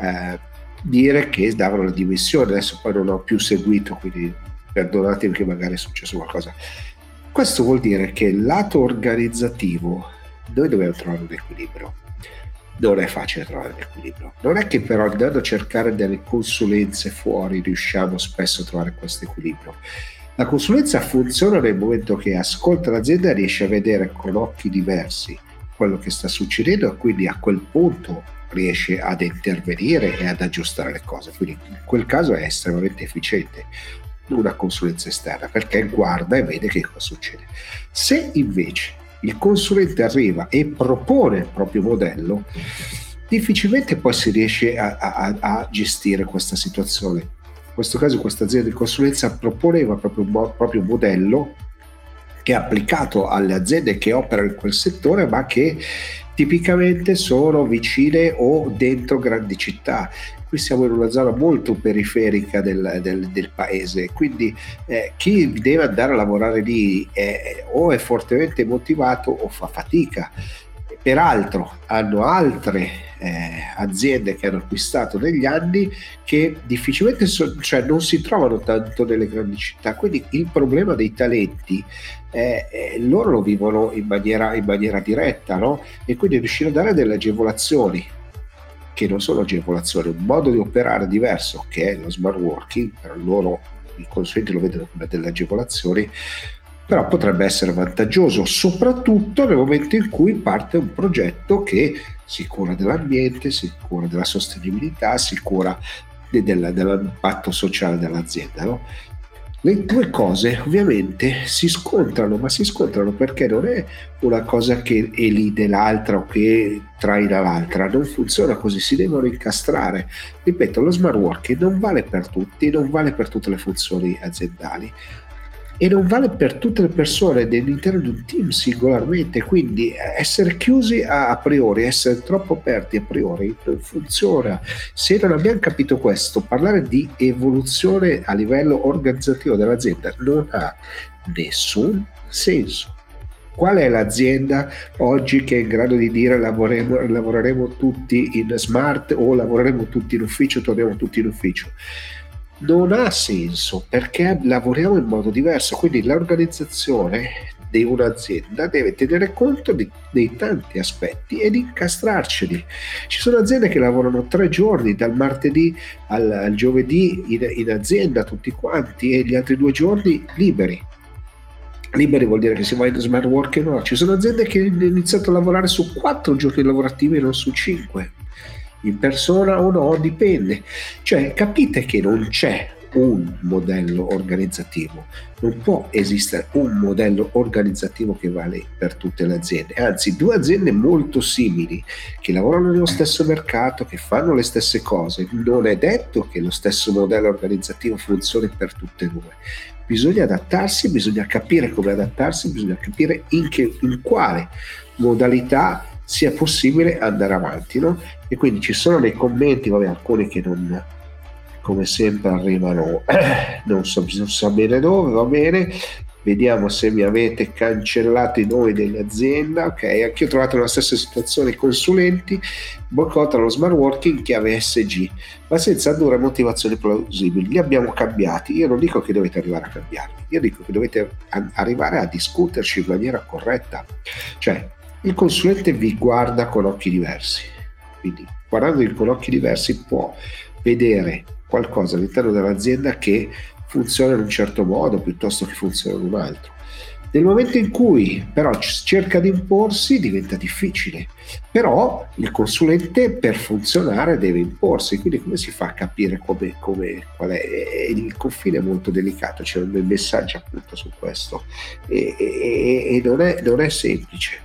dire che davano la dimissione. Adesso poi non ho più seguito, quindi perdonatemi che magari è successo qualcosa. Questo vuol dire che il lato organizzativo noi dobbiamo trovare un equilibrio. Non è facile trovare l'equilibrio. Non è che però andando a cercare delle consulenze fuori riusciamo spesso a trovare questo equilibrio. La consulenza funziona nel momento che ascolta l'azienda e riesce a vedere con occhi diversi quello che sta succedendo, e quindi a quel punto riesce ad intervenire e ad aggiustare le cose. Quindi in quel caso è estremamente efficiente una consulenza esterna, perché guarda e vede che cosa succede. Se invece il consulente arriva e propone il proprio modello, difficilmente poi si riesce a gestire questa situazione. In questo caso questa azienda di consulenza proponeva proprio un modello che è applicato alle aziende che operano in quel settore, ma che tipicamente sono vicine o dentro grandi città. Qui siamo in una zona molto periferica del paese, quindi chi deve andare a lavorare lì o è fortemente motivato o fa fatica. Peraltro hanno altre aziende che hanno acquistato negli anni che difficilmente cioè non si trovano tanto nelle grandi città, quindi il problema dei talenti loro lo vivono in maniera diretta, no? E quindi riuscire a dare delle agevolazioni che non sono agevolazioni, un modo di operare diverso che è lo smart working, per loro i consulenti lo vedono come delle agevolazioni, però potrebbe essere vantaggioso soprattutto nel momento in cui parte un progetto che si cura dell'ambiente, si cura della sostenibilità, si cura dell'impatto sociale dell'azienda, no? Le due cose ovviamente si scontrano, ma si scontrano perché non è una cosa che elide l'altra o che traina l'altra, non funziona così, si devono incastrare. Ripeto, lo smart working non vale per tutti, non vale per tutte le funzioni aziendali e non vale per tutte le persone all'interno di un team singolarmente, quindi essere chiusi a priori, essere troppo aperti a priori non funziona. Se non abbiamo capito questo, parlare di evoluzione a livello organizzativo dell'azienda non ha nessun senso. Qual è l'azienda oggi che è in grado di dire lavoreremo tutti in smart o lavoreremo tutti in ufficio, torniamo tutti in ufficio? Non ha senso perché lavoriamo in modo diverso, quindi l'organizzazione di un'azienda deve tenere conto dei tanti aspetti ed incastrarceli. Ci sono aziende che lavorano 3 giorni, dal martedì al giovedì in azienda tutti quanti e gli altri 2 giorni liberi. Liberi vuol dire che si va in smart working, no? Ci sono aziende che hanno iniziato a lavorare su 4 giorni lavorativi e non su 5. In persona o no, dipende. Cioè, capite che non c'è un modello organizzativo, non può esistere un modello organizzativo che vale per tutte le aziende, anzi 2 aziende molto simili che lavorano nello stesso mercato, che fanno le stesse cose, non è detto che lo stesso modello organizzativo funzioni per tutte e 2. Bisogna adattarsi, bisogna capire come adattarsi, bisogna capire in quale modalità sia possibile andare avanti, no? E quindi ci sono dei commenti, vabbè, alcuni che non, come sempre, arrivano non so bene dove, va bene, vediamo se mi avete cancellato i nomi dell'azienda. Ok, anche io ho trovato la stessa situazione, i consulenti boicottano lo smart working chiave SG, ma senza dure motivazioni plausibili. Li abbiamo cambiati, io non dico che dovete arrivare a cambiarli, io dico che dovete arrivare a discuterci in maniera corretta, cioè il consulente vi guarda con occhi diversi, quindi guardandovi con occhi diversi può vedere qualcosa all'interno dell'azienda che funziona in un certo modo piuttosto che funziona in un altro. Nel momento in cui però cerca di imporsi diventa difficile, però il consulente per funzionare deve imporsi, quindi come si fa a capire qual è? Il confine è molto delicato, c'è un messaggio appunto su questo e non è semplice.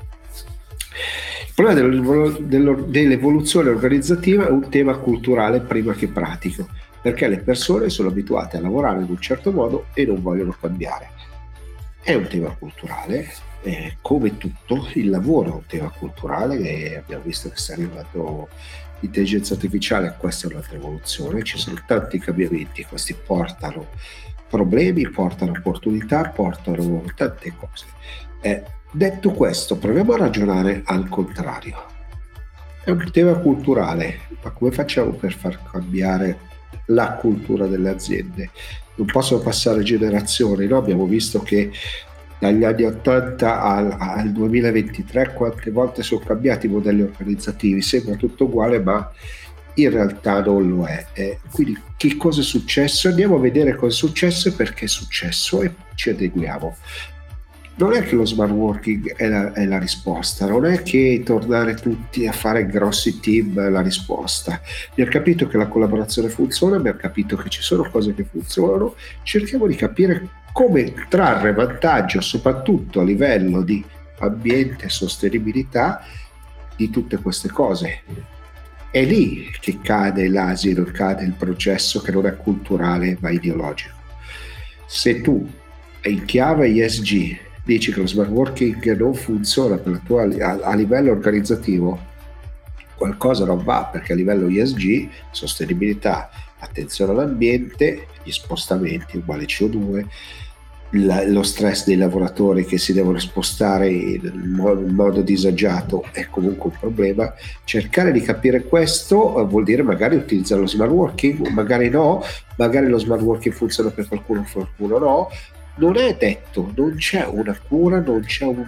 Il problema dell'evoluzione organizzativa è un tema culturale prima che pratico, perché le persone sono abituate a lavorare in un certo modo e non vogliono cambiare. È un tema culturale, come tutto il lavoro è un tema culturale, e abbiamo visto che sta arrivando l'intelligenza artificiale, questa è un'altra evoluzione, ci sono tanti cambiamenti, questi portano problemi, portano opportunità, portano tante cose. Detto questo, proviamo a ragionare al contrario. È un tema culturale, ma come facciamo per far cambiare la cultura delle aziende? Non possono passare generazioni, no? Abbiamo visto che dagli anni 80 al 2023 quante volte sono cambiati i modelli organizzativi, sembra tutto uguale ma in realtà non lo è. Quindi che cosa è successo? Andiamo a vedere cosa è successo e perché è successo e ci adeguiamo. Non è che lo smart working è la risposta, non è che tornare tutti a fare grossi team è la risposta. Abbiamo capito che la collaborazione funziona, abbiamo capito che ci sono cose che funzionano, cerchiamo di capire come trarre vantaggio soprattutto a livello di ambiente e sostenibilità di tutte queste cose. È lì che cade l'asino, cade il processo che non è culturale ma ideologico. Se tu in chiave ESG dici che lo smart working non funziona per a livello organizzativo, qualcosa non va, perché a livello ESG, sostenibilità, attenzione all'ambiente, gli spostamenti uguale CO2, lo stress dei lavoratori che si devono spostare in modo disagiato è comunque un problema. Cercare di capire questo vuol dire magari utilizzare lo smart working, magari no, magari lo smart working funziona per qualcuno no. Non è detto, non c'è una cura, non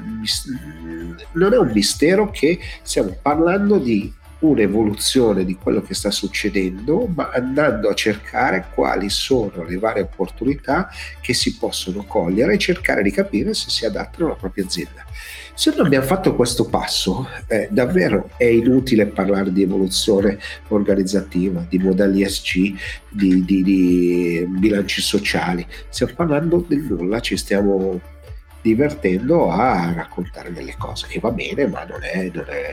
è un mistero che stiamo parlando di un'evoluzione di quello che sta succedendo, ma andando a cercare quali sono le varie opportunità che si possono cogliere e cercare di capire se si adattano alla propria azienda. Se non abbiamo fatto questo passo, davvero è inutile parlare di evoluzione organizzativa, di modelli ESG, di bilanci sociali. Stiamo parlando del nulla, ci stiamo divertendo a raccontare delle cose che va bene, ma non è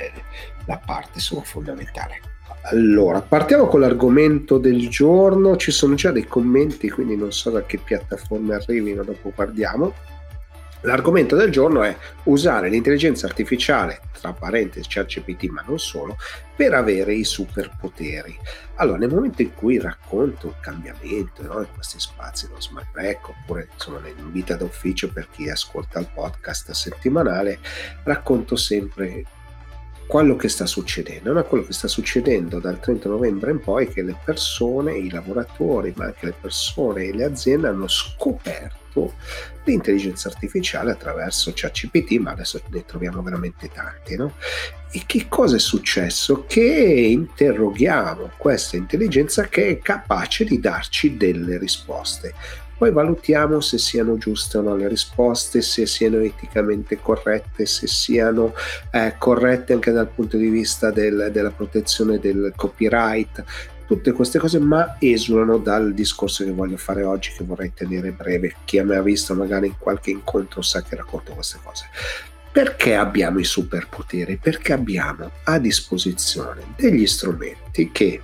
la parte fondamentale. Allora, partiamo con l'argomento del giorno. Ci sono già dei commenti, quindi non so da che piattaforme arrivino, dopo guardiamo. L'argomento del giorno è usare l'intelligenza artificiale, tra parentesi ChatGPT, ma non solo, per avere i superpoteri. Allora, nel momento in cui racconto un cambiamento, no, in questi spazi, lo smart break, oppure insomma in vita d'ufficio per chi ascolta il podcast settimanale, racconto sempre quello che sta succedendo. No? Quello che sta succedendo dal 30 novembre in poi è che le persone, i lavoratori, ma anche le persone e le aziende hanno scoperto l'intelligenza artificiale attraverso ChatGPT, ma adesso ne troviamo veramente tanti, no? E che cosa è successo? Che interroghiamo questa intelligenza che è capace di darci delle risposte. Poi valutiamo se siano giuste o no le risposte, se siano eticamente corrette, se siano corrette anche dal punto di vista della protezione del copyright. Tutte queste cose, ma esulano dal discorso che voglio fare oggi, che vorrei tenere breve. Chi mi ha visto magari in qualche incontro sa che racconto queste cose. Perché abbiamo i superpoteri? Perché abbiamo a disposizione degli strumenti che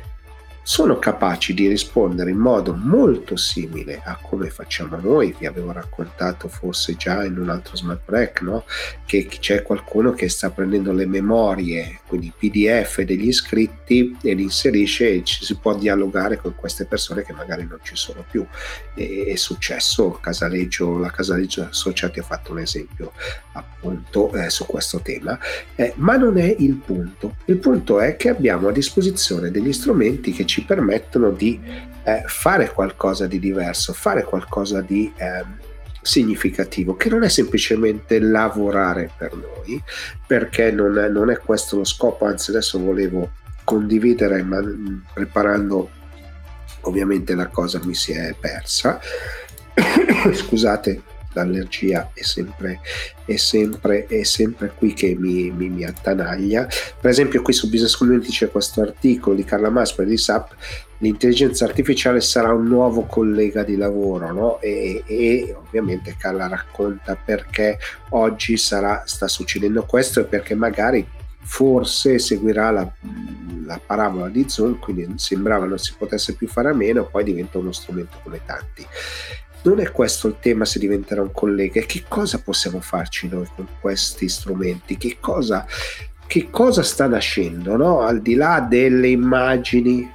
sono capaci di rispondere in modo molto simile a come facciamo noi. Vi avevo raccontato forse già in un altro smart break, no? Che c'è qualcuno che sta prendendo le memorie, quindi PDF degli iscritti, e li inserisce e ci si può dialogare con queste persone che magari non ci sono più. È successo, la Casaleggio Associati ha fatto un esempio appunto su questo tema, ma non è il punto. Il punto è che abbiamo a disposizione degli strumenti che ci permettono di fare qualcosa di diverso, fare qualcosa di significativo, che non è semplicemente lavorare per noi, perché non è questo lo scopo. Anzi, adesso volevo condividere, ma preparando ovviamente la cosa mi si è persa. Scusate, l'allergia è sempre qui che mi attanaglia. Per esempio qui su Business Community c'è questo articolo di Carla Masper di SAP: l'intelligenza artificiale sarà un nuovo collega di lavoro, no? E ovviamente Carla racconta perché oggi sta succedendo questo, e perché magari forse seguirà la parabola di Zoom, quindi sembrava non si potesse più fare a meno, poi diventa uno strumento come tanti. Non è questo il tema, se diventerà un collega. E che cosa possiamo farci noi con questi strumenti? Che cosa sta nascendo, no? Al di là delle immagini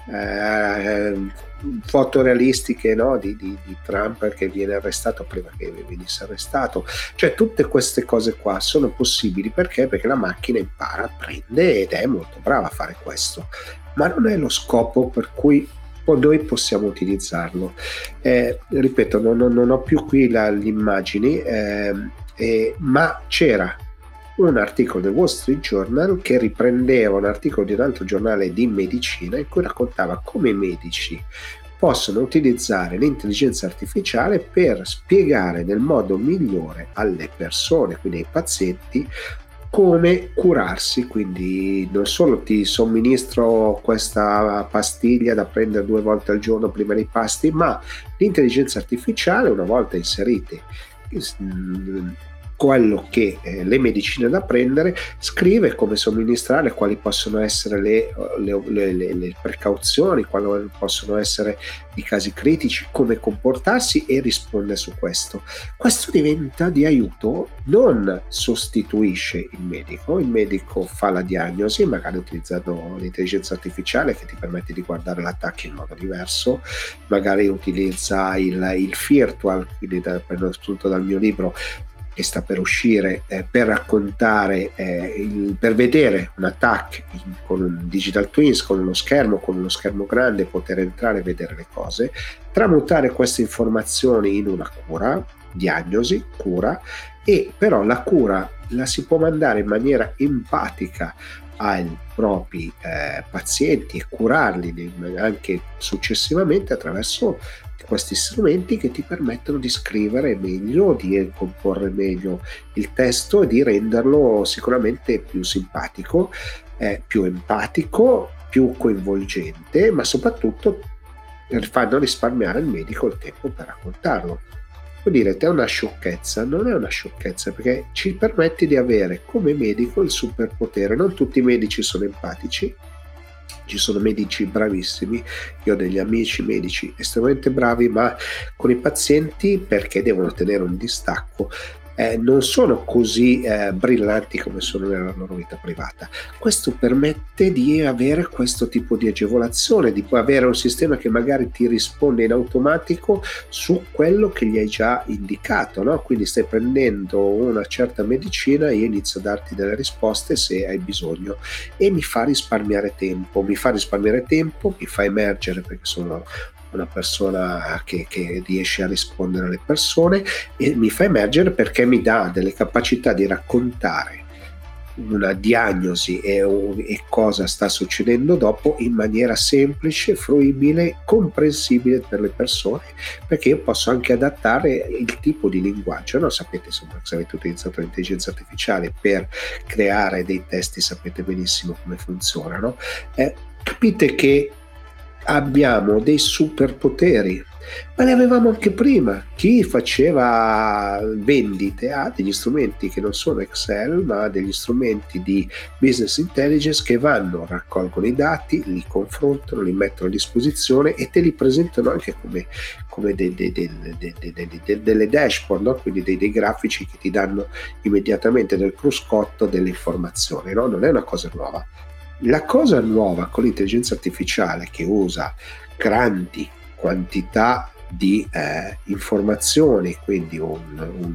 fotorealistiche, no? di Trump che viene arrestato prima che venisse arrestato. Cioè, tutte queste cose qua sono possibili perché la macchina impara, apprende ed è molto brava a fare questo, ma non è lo scopo per cui noi possiamo utilizzarlo. Ripeto, non ho più qui le immagini, ma c'era un articolo del Wall Street Journal che riprendeva un articolo di un altro giornale di medicina, in cui raccontava come i medici possono utilizzare l'intelligenza artificiale per spiegare nel modo migliore alle persone, quindi ai pazienti, come curarsi. Quindi non solo ti somministro questa pastiglia da prendere 2 volte al giorno prima dei pasti, ma l'intelligenza artificiale, una volta inserite quello che le medicine da prendere, scrive come somministrare, quali possono essere le precauzioni, quali possono essere i casi critici, come comportarsi, e risponde su questo. Questo diventa di aiuto, non sostituisce il medico fa la diagnosi, magari utilizzando l'intelligenza artificiale che ti permette di guardare l'attacco in modo diverso, magari utilizza il virtual, quindi prendo spunto dal mio libro che sta per uscire, per raccontare, per vedere un attacco con un digital twins, con uno schermo grande, poter entrare e vedere le cose, tramutare queste informazioni in una cura, diagnosi, cura, e però la cura la si può mandare in maniera empatica ai propri pazienti e curarli anche successivamente attraverso questi strumenti che ti permettono di scrivere meglio, di comporre meglio il testo e di renderlo sicuramente più simpatico, più empatico, più coinvolgente, ma soprattutto fanno risparmiare al medico il tempo per raccontarlo. Vuol dire, è una sciocchezza? Non è una sciocchezza, perché ci permette di avere come medico il superpotere. Non tutti i medici sono empatici, ci sono medici bravissimi, io ho degli amici medici estremamente bravi, ma con i pazienti, perché devono tenere un distacco, non sono così brillanti come sono nella loro vita privata. Questo permette di avere questo tipo di agevolazione, di avere un sistema che magari ti risponde in automatico su quello che gli hai già indicato, no? Quindi stai prendendo una certa medicina, io inizio a darti delle risposte se hai bisogno, e mi fa risparmiare tempo, mi fa emergere, perché sono una persona che riesce a rispondere alle persone, e mi fa emergere perché mi dà delle capacità di raccontare una diagnosi e cosa sta succedendo dopo in maniera semplice, fruibile, comprensibile per le persone, perché io posso anche adattare il tipo di linguaggio, no? Sapete, insomma, se avete utilizzato l'intelligenza artificiale per creare dei testi, sapete benissimo come funzionano. Capite che abbiamo dei superpoteri, ma li avevamo anche prima. Chi faceva vendite ha degli strumenti che non sono Excel, ma degli strumenti di business intelligence che raccolgono i dati, li confrontano, li mettono a disposizione e te li presentano anche come delle dashboard, no? Quindi dei grafici che ti danno immediatamente nel cruscotto delle informazioni, no? Non è una cosa nuova. La cosa nuova con l'intelligenza artificiale, che usa grandi quantità di informazioni, quindi un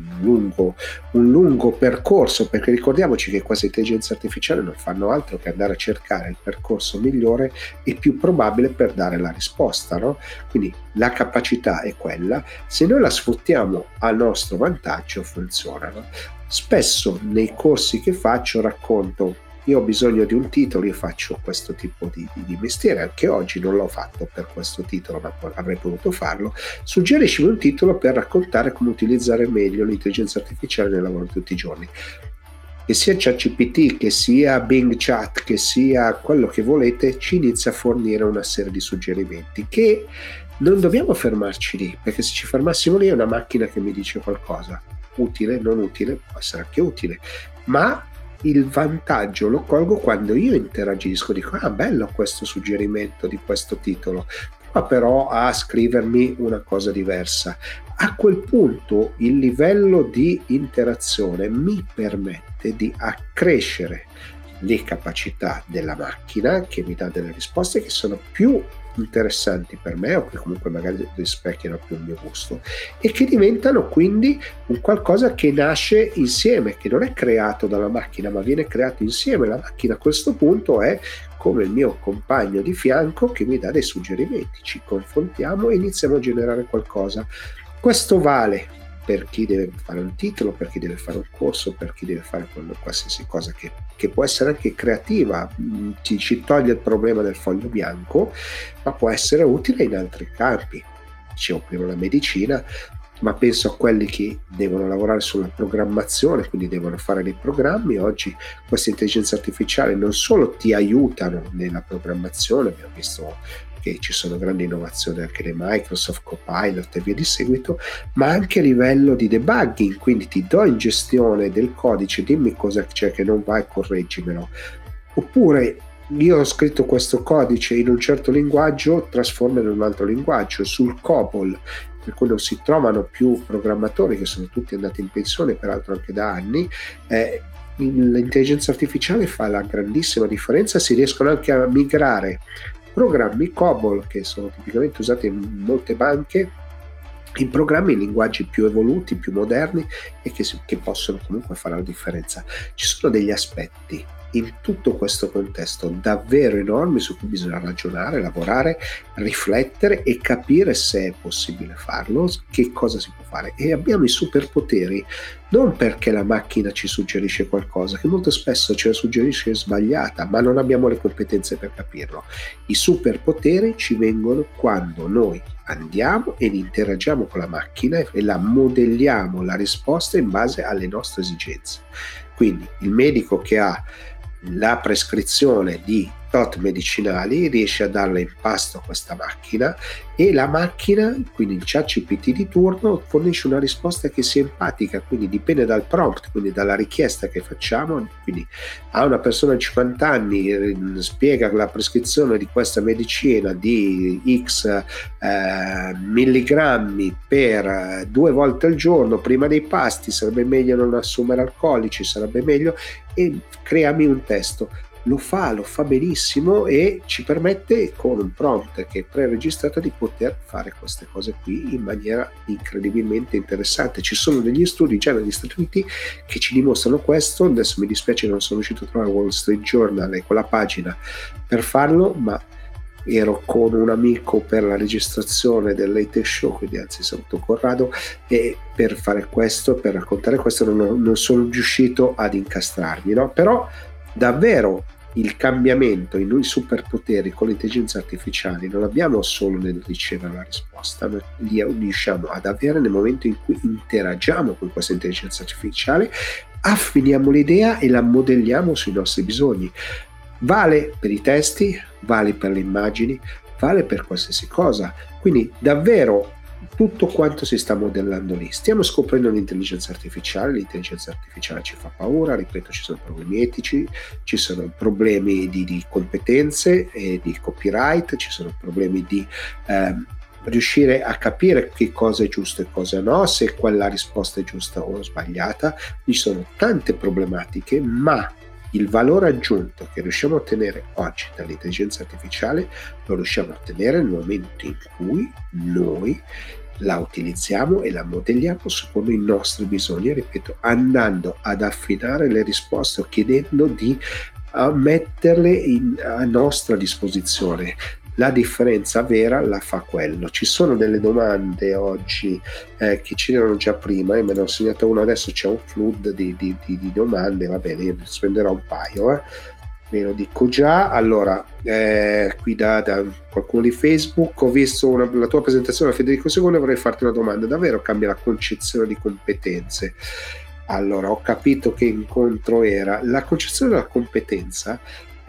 lungo percorso, perché ricordiamoci che queste intelligenze artificiali non fanno altro che andare a cercare il percorso migliore e più probabile per dare la risposta, no? Quindi la capacità è quella, se noi la sfruttiamo a nostro vantaggio funziona, no? Spesso nei corsi che faccio racconto: io ho bisogno di un titolo, io faccio questo tipo di mestiere, anche oggi non l'ho fatto per questo titolo, ma avrei potuto farlo. Suggeriscimi un titolo per raccontare come utilizzare meglio l'intelligenza artificiale nel lavoro di tutti i giorni. Che sia ChatGPT, che sia Bing Chat, che sia quello che volete, ci inizia a fornire una serie di suggerimenti che non dobbiamo fermarci lì, perché se ci fermassimo lì è una macchina che mi dice qualcosa, utile, non utile, può essere anche utile, ma il vantaggio lo colgo quando io interagisco, dico: ah, bello questo suggerimento di questo titolo, prova però a scrivermi una cosa diversa. A quel punto il livello di interazione mi permette di accrescere le capacità della macchina, che mi dà delle risposte che sono più interessanti per me, o che comunque magari rispecchiano più il mio gusto, e che diventano quindi un qualcosa che nasce insieme, che non è creato dalla macchina ma viene creato insieme. La macchina a questo punto è come il mio compagno di fianco che mi dà dei suggerimenti, ci confrontiamo e iniziamo a generare qualcosa. Questo vale per chi deve fare un titolo, per chi deve fare un corso, per chi deve fare qualsiasi cosa che può essere anche creativa, ci toglie il problema del foglio bianco, ma può essere utile in altri campi. Dicevo prima la medicina, ma penso a quelli che devono lavorare sulla programmazione, quindi devono fare dei programmi. Oggi queste intelligenze artificiali non solo ti aiutano nella programmazione, abbiamo visto che ci sono grandi innovazioni anche dei Microsoft Copilot e via di seguito, ma anche a livello di debugging, quindi ti do in gestione del codice, dimmi cosa c'è che non va e correggimelo. Oppure io ho scritto questo codice in un certo linguaggio, trasformalo in un altro linguaggio. Sul COBOL, per cui non si trovano più programmatori, che sono tutti andati in pensione peraltro anche da anni, l'intelligenza artificiale fa la grandissima differenza. Si riescono anche a migrare programmi COBOL, che sono tipicamente usati in molte banche, in programmi in linguaggi più evoluti, più moderni e che possono comunque fare la differenza. Ci sono degli aspetti in tutto questo contesto davvero enormi su cui bisogna ragionare, lavorare, riflettere e capire se è possibile farlo, che cosa si può fare. E abbiamo i superpoteri non perché la macchina ci suggerisce qualcosa, che molto spesso ce la suggerisce sbagliata, ma non abbiamo le competenze per capirlo. I superpoteri ci vengono quando noi andiamo e interagiamo con la macchina e la modelliamo la risposta in base alle nostre esigenze. Quindi il medico che ha la prescrizione di tot medicinali riesce a darla in pasto a questa macchina, e la macchina, quindi il ChatGPT di turno, fornisce una risposta che sia empatica, quindi dipende dal prompt, quindi dalla richiesta che facciamo. Quindi a una persona di 50 anni spiega la prescrizione di questa medicina di X milligrammi per 2 volte al giorno prima dei pasti, sarebbe meglio non assumere alcolici, sarebbe meglio, e creami un testo. Lo fa benissimo e ci permette, con un prompt che è preregistrato, di poter fare queste cose qui in maniera incredibilmente interessante. Ci sono degli studi già negli Stati Uniti che ci dimostrano questo. Adesso mi dispiace che non sono riuscito a trovare Wall Street Journal e quella pagina per farlo, ma ero con un amico per la registrazione del Late Show, quindi anzi saluto Corrado, e per fare questo, per raccontare questo, non sono riuscito ad incastrarmi, no? Però davvero il cambiamento in noi superpoteri con l'intelligenza artificiale non abbiamo solo nel ricevere la risposta, noi li riusciamo ad avere nel momento in cui interagiamo con questa intelligenza artificiale, affiniamo l'idea e la modelliamo sui nostri bisogni. Vale per i testi, vale per le immagini, vale per qualsiasi cosa. Quindi davvero tutto quanto si sta modellando lì. Stiamo scoprendo l'intelligenza artificiale ci fa paura, ripeto, ci sono problemi etici, ci sono problemi di competenze e di copyright, ci sono problemi di riuscire a capire che cosa è giusto e cosa no, se quella risposta è giusta o sbagliata. Ci sono tante problematiche, ma il valore aggiunto che riusciamo a ottenere oggi dall'intelligenza artificiale lo riusciamo a ottenere nel momento in cui noi la utilizziamo e la modelliamo secondo i nostri bisogni, ripeto, andando ad affinare le risposte o chiedendo di metterle a nostra disposizione. La differenza vera la fa quello. Ci sono delle domande oggi che c'erano già prima, e me ne ho segnato una adesso, c'è un flood di domande, va bene, io spenderò un paio, ve lo dico già. Allora, qui da qualcuno di Facebook: ho visto la tua presentazione a Federico II, vorrei farti una domanda: davvero cambia la concezione di competenze? Allora, ho capito che incontro era. La concezione della competenza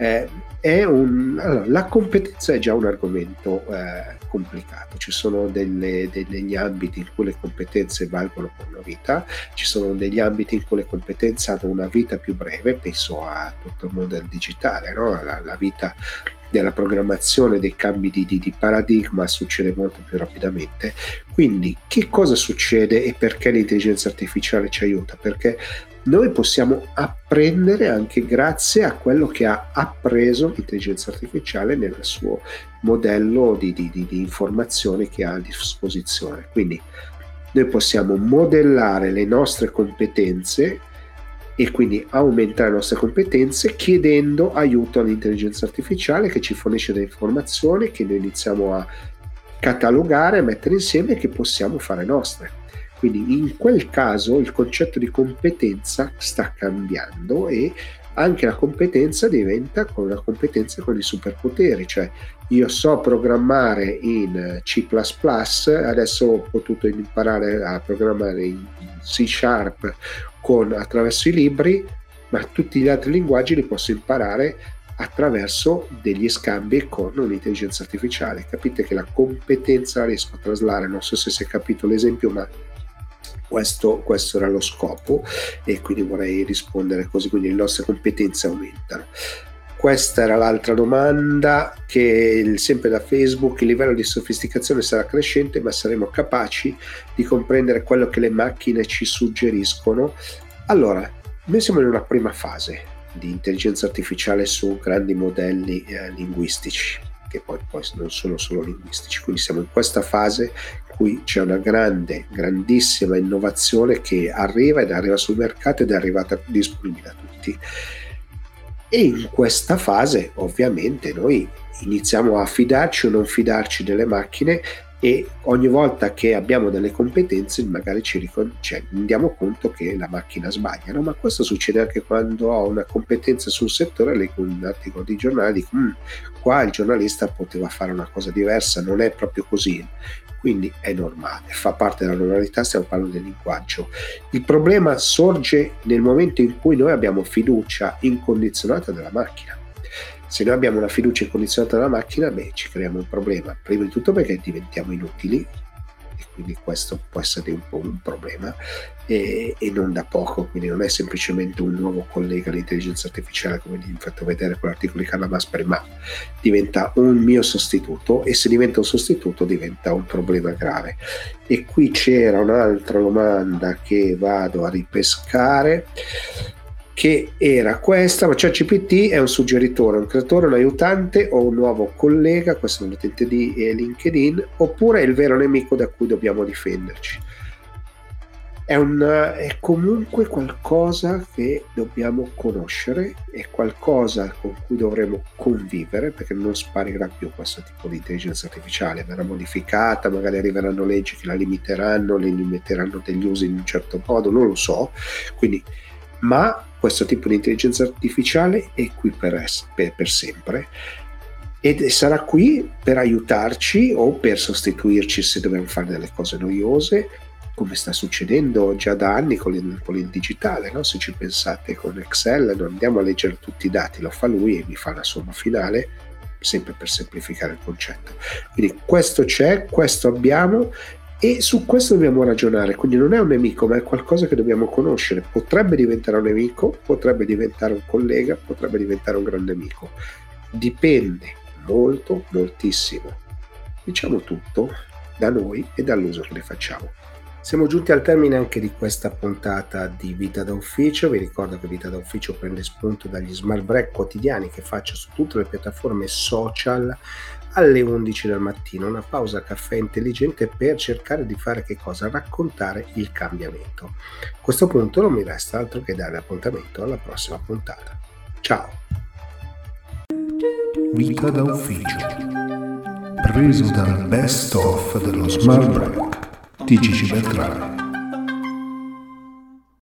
la competenza è già un argomento complicato. Ci sono degli ambiti in cui le competenze valgono per una vita, ci sono degli ambiti in cui le competenze hanno una vita più breve, penso a tutto il mondo del digitale, no? La vita della programmazione, dei cambi di paradigma succede molto più rapidamente. Quindi che cosa succede e perché l'intelligenza artificiale ci aiuta? Perché noi possiamo apprendere anche grazie a quello che ha appreso l'intelligenza artificiale nel suo modello di informazione che ha a disposizione. Quindi noi possiamo modellare le nostre competenze e quindi aumentare le nostre competenze chiedendo aiuto all'intelligenza artificiale, che ci fornisce delle informazioni che noi iniziamo a catalogare, a mettere insieme e che possiamo fare nostre. Quindi in quel caso il concetto di competenza sta cambiando e anche la competenza diventa con una competenza con i superpoteri, cioè io so programmare in C++, adesso ho potuto imparare a programmare in C# attraverso i libri, ma tutti gli altri linguaggi li posso imparare attraverso degli scambi con un'intelligenza artificiale. Capite che la competenza la riesco a traslare, non so se si è capito l'esempio, ma questo era lo scopo, e quindi vorrei rispondere così, quindi le nostre competenze aumentano. Questa era l'altra domanda, che sempre da Facebook: il livello di sofisticazione sarà crescente, ma saremo capaci di comprendere quello che le macchine ci suggeriscono? Allora, noi siamo in una prima fase di intelligenza artificiale su grandi modelli linguistici, che poi non sono solo linguistici, quindi siamo in questa fase in cui c'è una grandissima innovazione che arriva sul mercato ed è arrivata disponibile a tutti. E in questa fase ovviamente noi iniziamo a fidarci o non fidarci delle macchine, e ogni volta che abbiamo delle competenze magari ci rendiamo conto che la macchina sbaglia, no? Ma questo succede anche quando ho una competenza sul settore, leggo un articolo di giornale e dico qua il giornalista poteva fare una cosa diversa, non è proprio così. Quindi è normale, fa parte della normalità, stiamo parlando del linguaggio. Il problema sorge nel momento in cui noi abbiamo fiducia incondizionata della macchina. Se noi abbiamo una fiducia incondizionata nella macchina, ci creiamo un problema. Prima di tutto perché diventiamo inutili, e quindi questo può essere un po' un problema, e non da poco. Quindi non è semplicemente un nuovo collega all'intelligenza artificiale, come vi ho fatto vedere con l'articolo di Carla Masperi, ma diventa un mio sostituto, e se diventa un sostituto diventa un problema grave. E qui c'era un'altra domanda che vado a ripescare, che era questa: ma ChatGPT è un suggeritore, un creatore, un aiutante o un nuovo collega, questo è un utente di LinkedIn, oppure è il vero nemico da cui dobbiamo difenderci? È comunque qualcosa che dobbiamo conoscere, è qualcosa con cui dovremo convivere, perché non sparirà più questo tipo di intelligenza artificiale, verrà modificata, magari arriveranno leggi che la limiteranno degli usi in un certo modo, non lo so, quindi, ma questo tipo di intelligenza artificiale è qui per sempre, ed sarà qui per aiutarci o per sostituirci se dobbiamo fare delle cose noiose, come sta succedendo già da anni con il digitale, no? Se ci pensate, con Excel non andiamo a leggere tutti i dati, lo fa lui e mi fa la somma finale, sempre per semplificare il concetto. Quindi questo c'è, questo abbiamo, e su questo dobbiamo ragionare. Quindi non è un nemico, ma è qualcosa che dobbiamo conoscere. Potrebbe diventare un nemico, potrebbe diventare un collega, potrebbe diventare un grande amico, dipende moltissimo, diciamo tutto, da noi e dall'uso che ne facciamo. Siamo giunti al termine anche di questa puntata di Vita da Ufficio. Vi ricordo che Vita da Ufficio prende spunto dagli smart break quotidiani che faccio su tutte le piattaforme social alle 11 del mattino, una pausa caffè intelligente per cercare di fare che cosa? Raccontare il cambiamento. A questo punto non mi resta altro che dare appuntamento alla prossima puntata. Ciao! Vita da Ufficio, preso dal best of dello smart break di Gigi Beltrame.